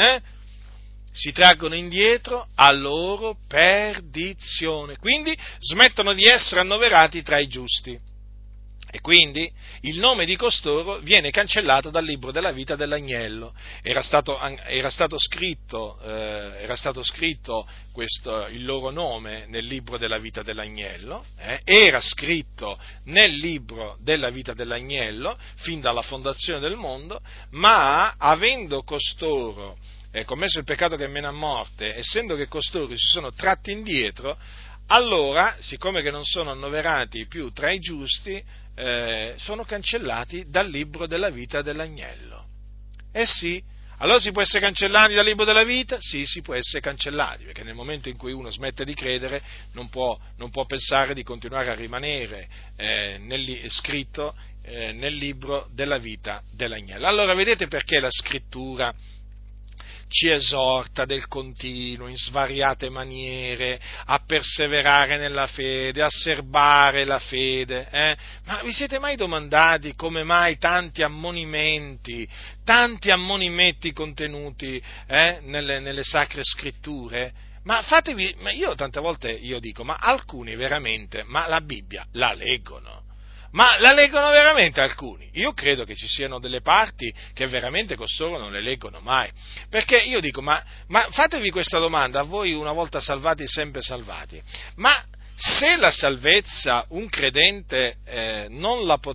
Si traggono indietro a loro perdizione, quindi smettono di essere annoverati tra i giusti. E quindi il nome di costoro viene cancellato dal libro della vita dell'agnello. Era stato scritto il loro nome nel libro della vita dell'agnello, era scritto nel libro della vita dell'agnello fin dalla fondazione del mondo, ma avendo costoro commesso il peccato che mena a morte, essendo che costoro si sono tratti indietro, allora, siccome che non sono annoverati più tra i giusti, sono cancellati dal libro della vita dell'agnello. Sì, allora si può essere cancellati dal libro della vita? Sì, si può essere cancellati, perché nel momento in cui uno smette di credere non può pensare di continuare a rimanere scritto nel libro della vita dell'agnello. Allora vedete perché la Scrittura ci esorta del continuo, in svariate maniere, a perseverare nella fede, a serbare la fede, Ma vi siete mai domandati come mai tanti ammonimenti contenuti nelle Sacre Scritture? Ma io tante volte dico, ma alcuni veramente, ma la Bibbia la leggono? Ma la leggono veramente alcuni? Io credo che ci siano delle parti che veramente costoro non le leggono mai. Perché io dico, ma fatevi questa domanda, a voi una volta salvati, sempre salvati. Ma se la salvezza un credente non la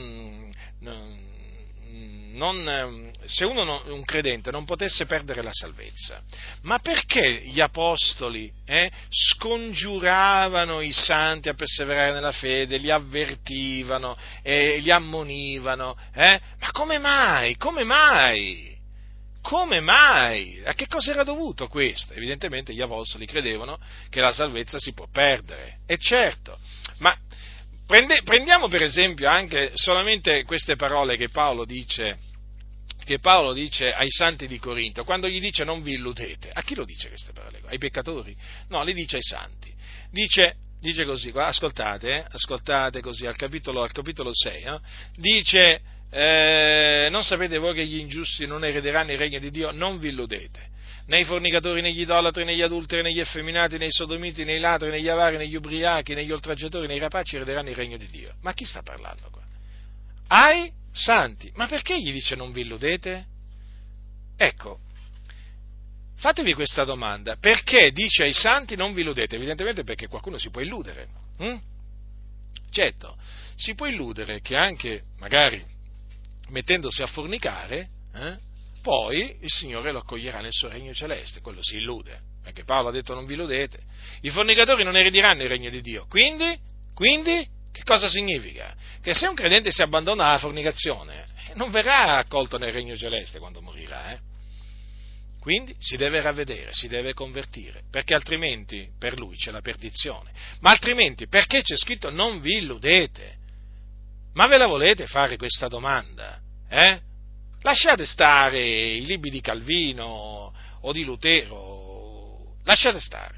se un credente non potesse perdere la salvezza, ma perché gli apostoli scongiuravano i santi a perseverare nella fede, li avvertivano, li ammonivano? Ma come mai? Come mai? Come mai? A che cosa era dovuto questo? Evidentemente gli apostoli credevano che la salvezza si può perdere, e certo, ma prendiamo per esempio anche solamente queste parole che Paolo dice ai santi di Corinto, quando gli dice non vi illudete. A chi lo dice queste parole? Ai peccatori? No, le dice ai santi. Dice così, ascoltate così, al capitolo 6, dice, non sapete voi che gli ingiusti non erederanno il regno di Dio? Non vi illudete. Né i fornicatori, né gli idolatri, né gli adulteri, né gli effeminati, né i sodomiti, né i ladri, né gli avari, né gli ubriachi, né gli oltraggiatori, né i rapaci erederanno il regno di Dio. Ma chi sta parlando qua? Ai santi. Ma perché gli dice non vi illudete? Ecco, fatevi questa domanda: perché dice ai santi non vi illudete? Evidentemente perché qualcuno si può illudere. Certo, si può illudere che anche magari mettendosi a fornicare, poi il Signore lo accoglierà nel suo regno celeste. Quello si illude, perché Paolo ha detto non vi illudete. I fornicatori non erediranno il regno di Dio. Quindi che cosa significa? Che se un credente si abbandona alla fornicazione, non verrà accolto nel regno celeste quando morirà. Quindi si deve ravvedere, si deve convertire, perché altrimenti per lui c'è la perdizione. Ma altrimenti perché c'è scritto non vi illudete? Ma ve la volete fare questa domanda? Lasciate stare i libri di Calvino o di Lutero, lasciate stare.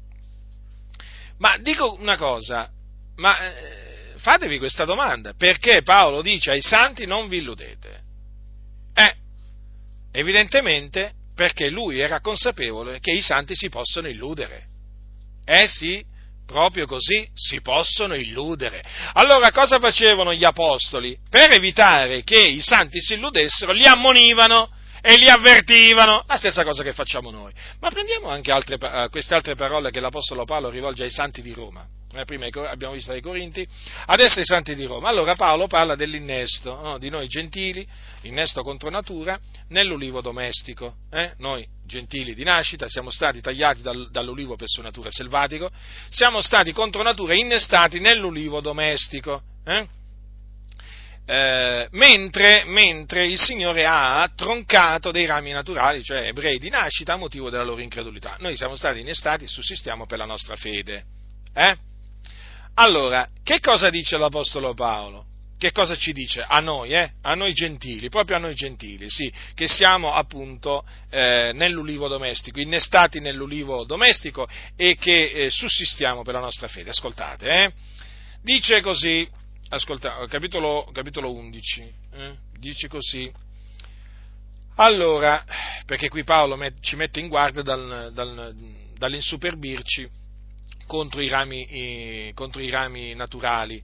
Ma dico una cosa, fatevi questa domanda: perché Paolo dice ai santi non vi illudete? Evidentemente perché lui era consapevole che i santi si possono illudere. Sì, proprio così, si possono illudere. Allora cosa facevano gli apostoli? Per evitare che i santi si illudessero, li ammonivano e li avvertivano, la stessa cosa che facciamo noi. Ma prendiamo anche queste altre parole che l'apostolo Paolo rivolge ai santi di Roma. Prima abbiamo visto ai Corinti, adesso ai santi di Roma. Allora Paolo parla dell'innesto, di noi gentili, innesto contro natura, nell'ulivo domestico. Noi gentili di nascita siamo stati tagliati dall'ulivo per sua natura selvatico, siamo stati contro natura innestati nell'ulivo domestico. Mentre il Signore ha troncato dei rami naturali, cioè ebrei di nascita, a motivo della loro incredulità. Noi siamo stati innestati e sussistiamo per la nostra fede. Allora, che cosa dice l'Apostolo Paolo? Che cosa ci dice? A noi gentili, proprio a noi gentili, sì, che siamo appunto nell'ulivo domestico, innestati nell'ulivo domestico e che sussistiamo per la nostra fede. Ascoltate, dice così, capitolo 11, dice così. Allora, perché qui Paolo ci mette in guardia dall'insuperbirci contro i rami naturali,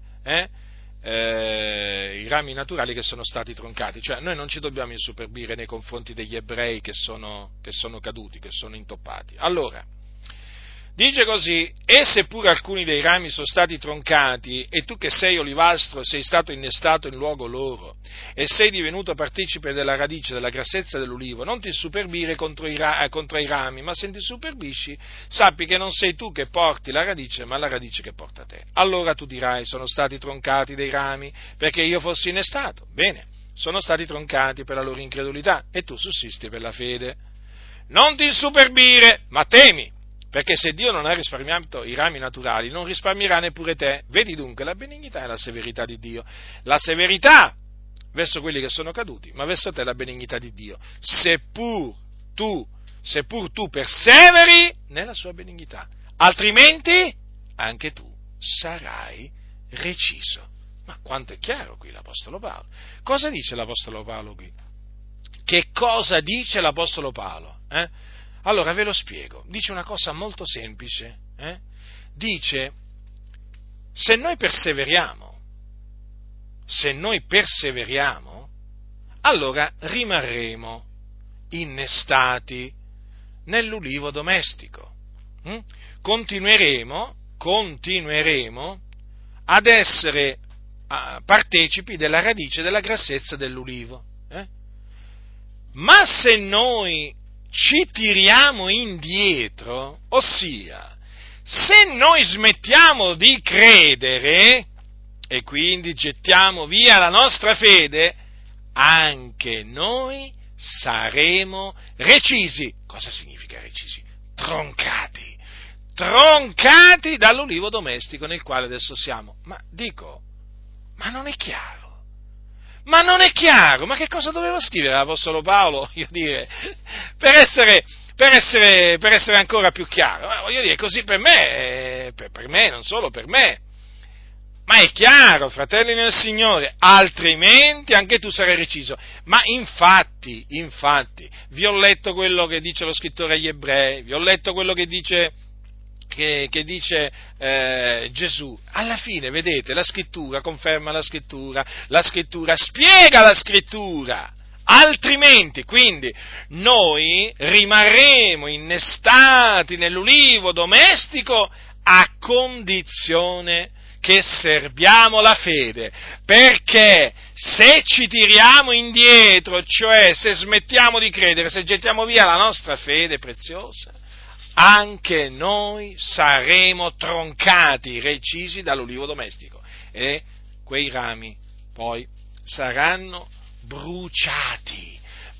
i rami naturali che sono stati troncati. Cioè noi non ci dobbiamo insuperbire nei confronti degli ebrei che sono caduti, che sono intoppati. Allora, dice così: e seppur alcuni dei rami sono stati troncati, e tu che sei olivastro sei stato innestato in luogo loro, e sei divenuto partecipe della radice, della grassezza dell'ulivo, non ti insuperbire contro i rami, ma se ti superbisci, sappi che non sei tu che porti la radice, ma la radice che porta te. Allora tu dirai: sono stati troncati dei rami perché io fossi innestato. Bene, sono stati troncati per la loro incredulità, e tu sussisti per la fede. Non ti insuperbire, ma temi, perché se Dio non ha risparmiato i rami naturali, non risparmierà neppure te. Vedi dunque la benignità e la severità di Dio. La severità verso quelli che sono caduti, ma verso te la benignità di Dio. Seppur tu perseveri nella sua benignità, altrimenti anche tu sarai reciso. Ma quanto è chiaro qui l'Apostolo Paolo. Cosa dice l'Apostolo Paolo qui? Che cosa dice l'Apostolo Paolo? Allora ve lo spiego, dice una cosa molto semplice, dice: se noi perseveriamo, allora rimarremo innestati nell'ulivo domestico, continueremo continueremo ad essere partecipi della radice della grassezza dell'ulivo. Ma se noi ci tiriamo indietro, ossia, se noi smettiamo di credere e quindi gettiamo via la nostra fede, anche noi saremo recisi. Cosa significa recisi? Troncati dall'ulivo domestico nel quale adesso siamo. Ma non è chiaro? Ma non è chiaro? Ma che cosa doveva scrivere l'Apostolo Paolo? Voglio dire, per essere ancora più chiaro. Voglio dire, così per me, non solo per me. Ma è chiaro, fratelli nel Signore, altrimenti anche tu sarai reciso. Ma infatti, vi ho letto quello che dice lo scrittore agli Ebrei, vi ho letto quello che dice Gesù. Alla fine, vedete, la Scrittura conferma la Scrittura spiega la Scrittura. Altrimenti, quindi, noi rimarremo innestati nell'ulivo domestico a condizione che serbiamo la fede, perché se ci tiriamo indietro, cioè se smettiamo di credere, se gettiamo via la nostra fede preziosa, anche noi saremo troncati, recisi dall'ulivo domestico e quei rami poi saranno bruciati.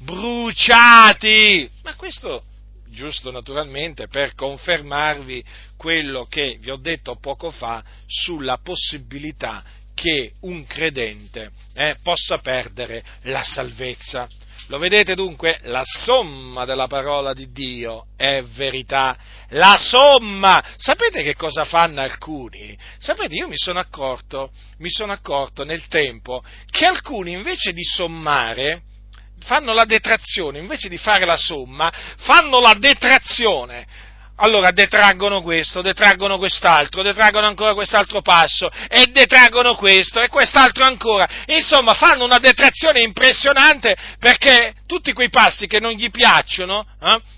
Ma questo giusto naturalmente per confermarvi quello che vi ho detto poco fa sulla possibilità che un credente possa perdere la salvezza. Lo vedete dunque? La somma della parola di Dio è verità. La somma! Sapete che cosa fanno alcuni? Sapete, io mi sono accorto nel tempo che alcuni invece di sommare fanno la detrazione, invece di fare la somma, fanno la detrazione. Allora detraggono questo, detraggono quest'altro, detraggono ancora quest'altro passo, e detraggono questo e quest'altro ancora. Insomma, fanno una detrazione impressionante, perché tutti quei passi che non gli piacciono,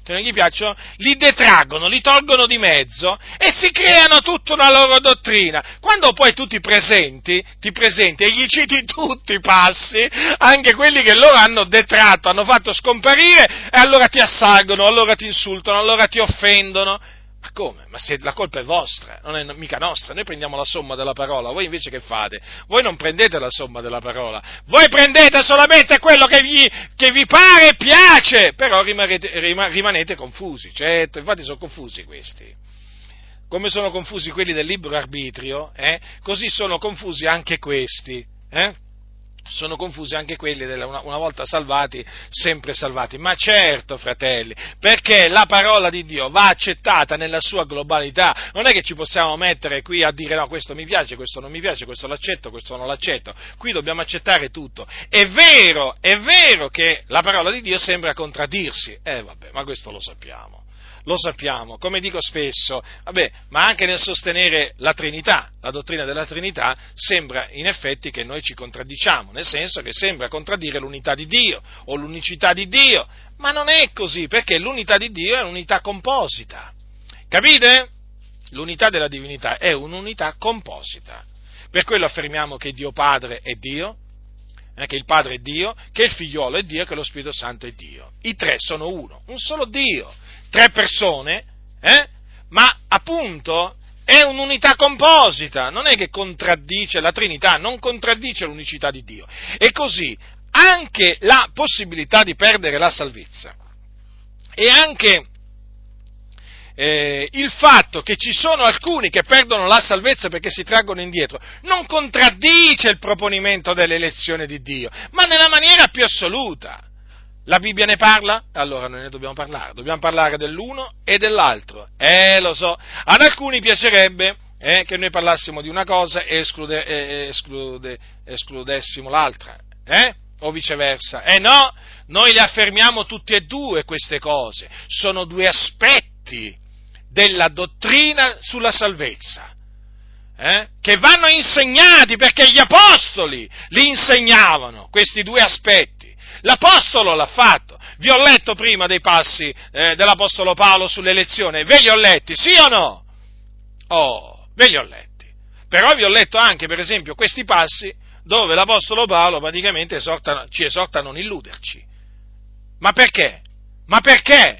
li detraggono, li tolgono di mezzo e si creano tutta una loro dottrina. Quando poi tu ti presenti e gli citi tutti i passi, anche quelli che loro hanno detratto, hanno fatto scomparire, e allora ti assalgono, allora ti insultano, allora ti offendono. Ma come? Ma se la colpa è vostra, non è mica nostra. Noi prendiamo la somma della parola, voi invece che fate? Voi non prendete la somma della parola, voi prendete solamente quello che vi pare e piace, però rimanete confusi, certo, infatti sono confusi questi. Come sono confusi quelli del libero arbitrio, così sono confusi anche questi, sono confusi anche quelli una volta salvati, sempre salvati. Ma certo, fratelli, perché la parola di Dio va accettata nella sua globalità. Non è che ci possiamo mettere qui a dire no, questo mi piace, questo non mi piace, questo l'accetto, questo non l'accetto. Qui dobbiamo accettare tutto. È vero che la parola di Dio sembra contraddirsi. Vabbè, ma questo lo sappiamo, come dico spesso, ma anche nel sostenere la Trinità, la dottrina della Trinità, sembra in effetti che noi ci contraddiciamo, nel senso che sembra contraddire l'unità di Dio o l'unicità di Dio, ma non è così, perché l'unità di Dio è un'unità composita, capite? L'unità della divinità è un'unità composita, per quello affermiamo che Dio Padre è Dio, che il Padre è Dio, che il Figliolo è Dio, che lo Spirito Santo è Dio. I tre sono uno, un solo Dio, tre persone, ma appunto è un'unità composita, non è che contraddice la Trinità, non contraddice l'unicità di Dio. E così anche la possibilità di perdere la salvezza e anche il fatto che ci sono alcuni che perdono la salvezza perché si traggono indietro non contraddice il proponimento dell'elezione di Dio, ma nella maniera più assoluta. La Bibbia ne parla? Allora noi ne dobbiamo parlare dell'uno e dell'altro. Lo so, ad alcuni piacerebbe che noi parlassimo di una cosa e escludessimo l'altra, o viceversa. No, noi le affermiamo tutte e due queste cose, sono due aspetti della dottrina sulla salvezza, che vanno insegnati perché gli apostoli li insegnavano, questi due aspetti. L'apostolo l'ha fatto. Vi ho letto prima dei passi dell'apostolo Paolo sull'elezione, ve li ho letti, sì o no? ve li ho letti. Però vi ho letto anche, per esempio, questi passi dove l'Apostolo Paolo praticamente ci esorta a non illuderci. Ma perché? Ma perché?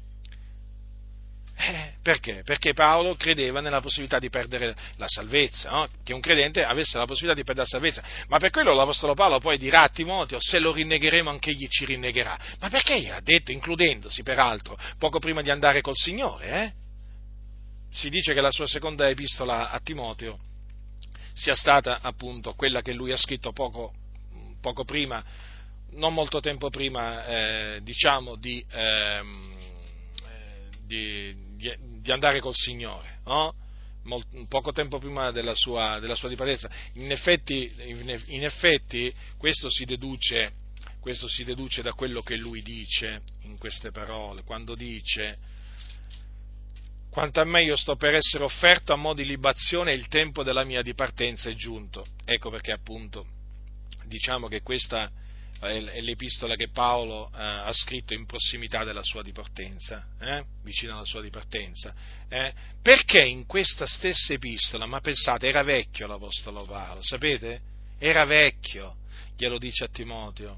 Perché? Perché Paolo credeva nella possibilità di perdere la salvezza, no? Che un credente avesse la possibilità di perdere la salvezza. Ma per quello l'Apostolo Paolo poi dirà a Timoteo: se lo rinnegheremo anche egli ci rinnegherà. Ma perché gliel'ha detto, includendosi peraltro, poco prima di andare col Signore? Si dice che la sua seconda epistola a Timoteo sia stata appunto quella che lui ha scritto poco prima, non molto tempo prima, di andare col Signore, no? Poco tempo prima della sua dipartenza. In effetti questo si deduce da quello che lui dice in queste parole, quando dice: quanto a me io sto per essere offerto a mo' di libazione e il tempo della mia dipartenza è giunto. Ecco perché appunto diciamo che questa è l'epistola che Paolo ha scritto in prossimità della sua dipartenza, vicino alla sua dipartenza, perché in questa stessa epistola, ma pensate, era vecchio l'Apostolo Paolo, sapete? Era vecchio, glielo dice a Timoteo,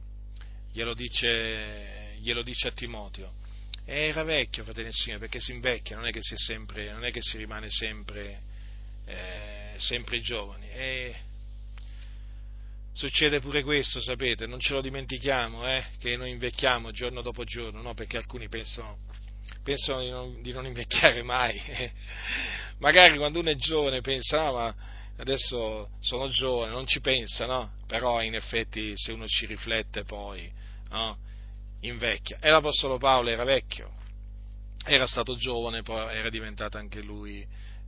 era vecchio, fratelli del Signore, perché si invecchia, non è che si rimane sempre giovani. Succede pure questo, sapete, non ce lo dimentichiamo, che noi invecchiamo giorno dopo giorno, no? Perché alcuni pensano di non invecchiare mai. Magari quando uno è giovane pensa: no, ma adesso sono giovane, non ci pensa, no? Però in effetti se uno ci riflette poi, no? Invecchia. E l'Apostolo Paolo era vecchio, era stato giovane, poi era diventato anche lui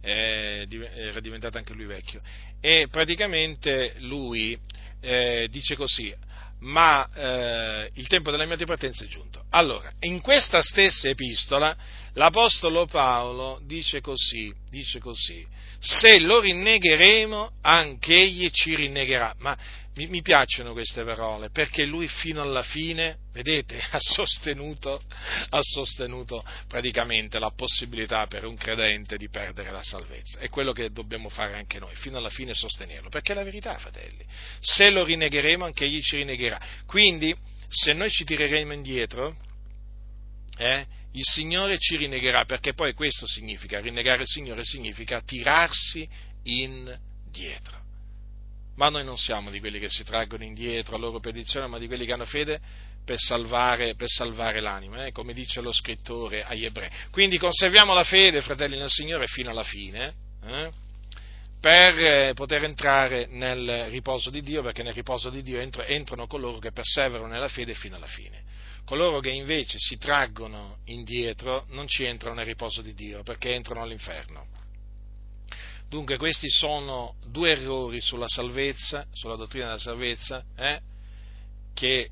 vecchio. E praticamente lui dice così: ma il tempo della mia dipartenza è giunto. Allora, in questa stessa epistola l'Apostolo Paolo dice così: se lo rinnegheremo anche egli ci rinnegherà. Ma mi piacciono queste parole, perché lui fino alla fine, vedete, ha sostenuto praticamente la possibilità per un credente di perdere la salvezza. È quello che dobbiamo fare anche noi, fino alla fine sostenerlo, perché è la verità, fratelli. Se lo rinnegheremo anche egli ci rinnegherà. Quindi, se noi ci tireremo indietro, il Signore ci rinnegherà, perché poi questo significa, rinnegare il Signore significa tirarsi indietro. Ma noi non siamo di quelli che si traggono indietro a loro perdizione, ma di quelli che hanno fede per salvare l'anima, come dice lo scrittore agli Ebrei. Quindi conserviamo la fede, fratelli nel Signore, fino alla fine, per poter entrare nel riposo di Dio, perché nel riposo di Dio entrano coloro che perseverano nella fede fino alla fine. Coloro che invece si traggono indietro non ci entrano nel riposo di Dio, perché entrano all'inferno. Dunque questi sono due errori sulla salvezza, sulla dottrina della salvezza, che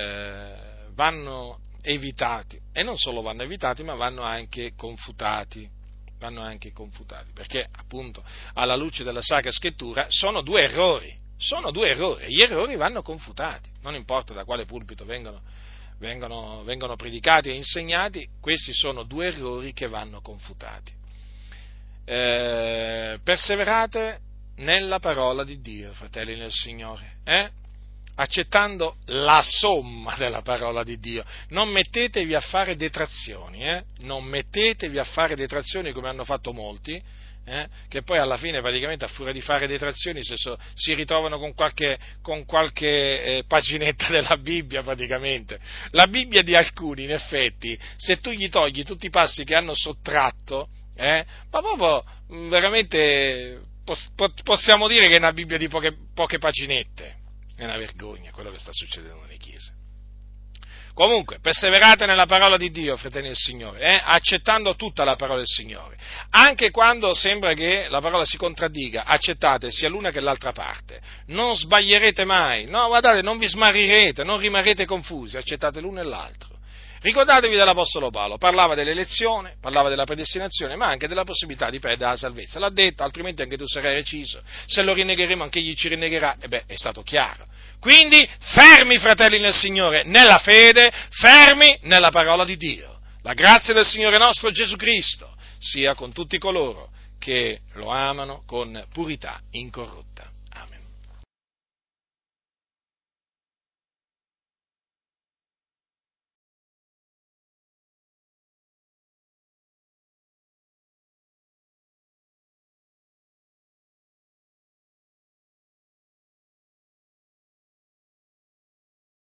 vanno evitati, e non solo vanno evitati, ma vanno anche confutati, perché appunto alla luce della Sacra Scrittura sono due errori, gli errori vanno confutati, non importa da quale pulpito vengono predicati e insegnati, questi sono due errori che vanno confutati. Perseverate nella parola di Dio, fratelli nel Signore, accettando la somma della parola di Dio. Non mettetevi a fare detrazioni, come hanno fatto molti, che poi alla fine praticamente a furia di fare detrazioni si ritrovano con qualche paginetta della Bibbia praticamente. La Bibbia di alcuni, in effetti, se tu gli togli tutti i passi che hanno sottratto, ma proprio veramente possiamo dire che è una Bibbia di poche paginette. È una vergogna quello che sta succedendo nelle chiese. Comunque, perseverate nella parola di Dio, fratelli del Signore, accettando tutta la parola del Signore. Anche quando sembra che la parola si contraddiga, accettate sia l'una che l'altra parte. Non sbaglierete mai, no, guardate, non vi smarrirete, non rimarrete confusi, accettate l'uno e l'altro. Ricordatevi dell'Apostolo Paolo, parlava dell'elezione, parlava della predestinazione, ma anche della possibilità di perdere la salvezza. L'ha detto, altrimenti anche tu sarai reciso. Se lo rinnegheremo, anche egli ci rinnegherà. È stato chiaro. Quindi, fermi, fratelli nel Signore, nella fede, fermi nella parola di Dio. La grazia del Signore nostro Gesù Cristo sia con tutti coloro che lo amano con purità incorrotta.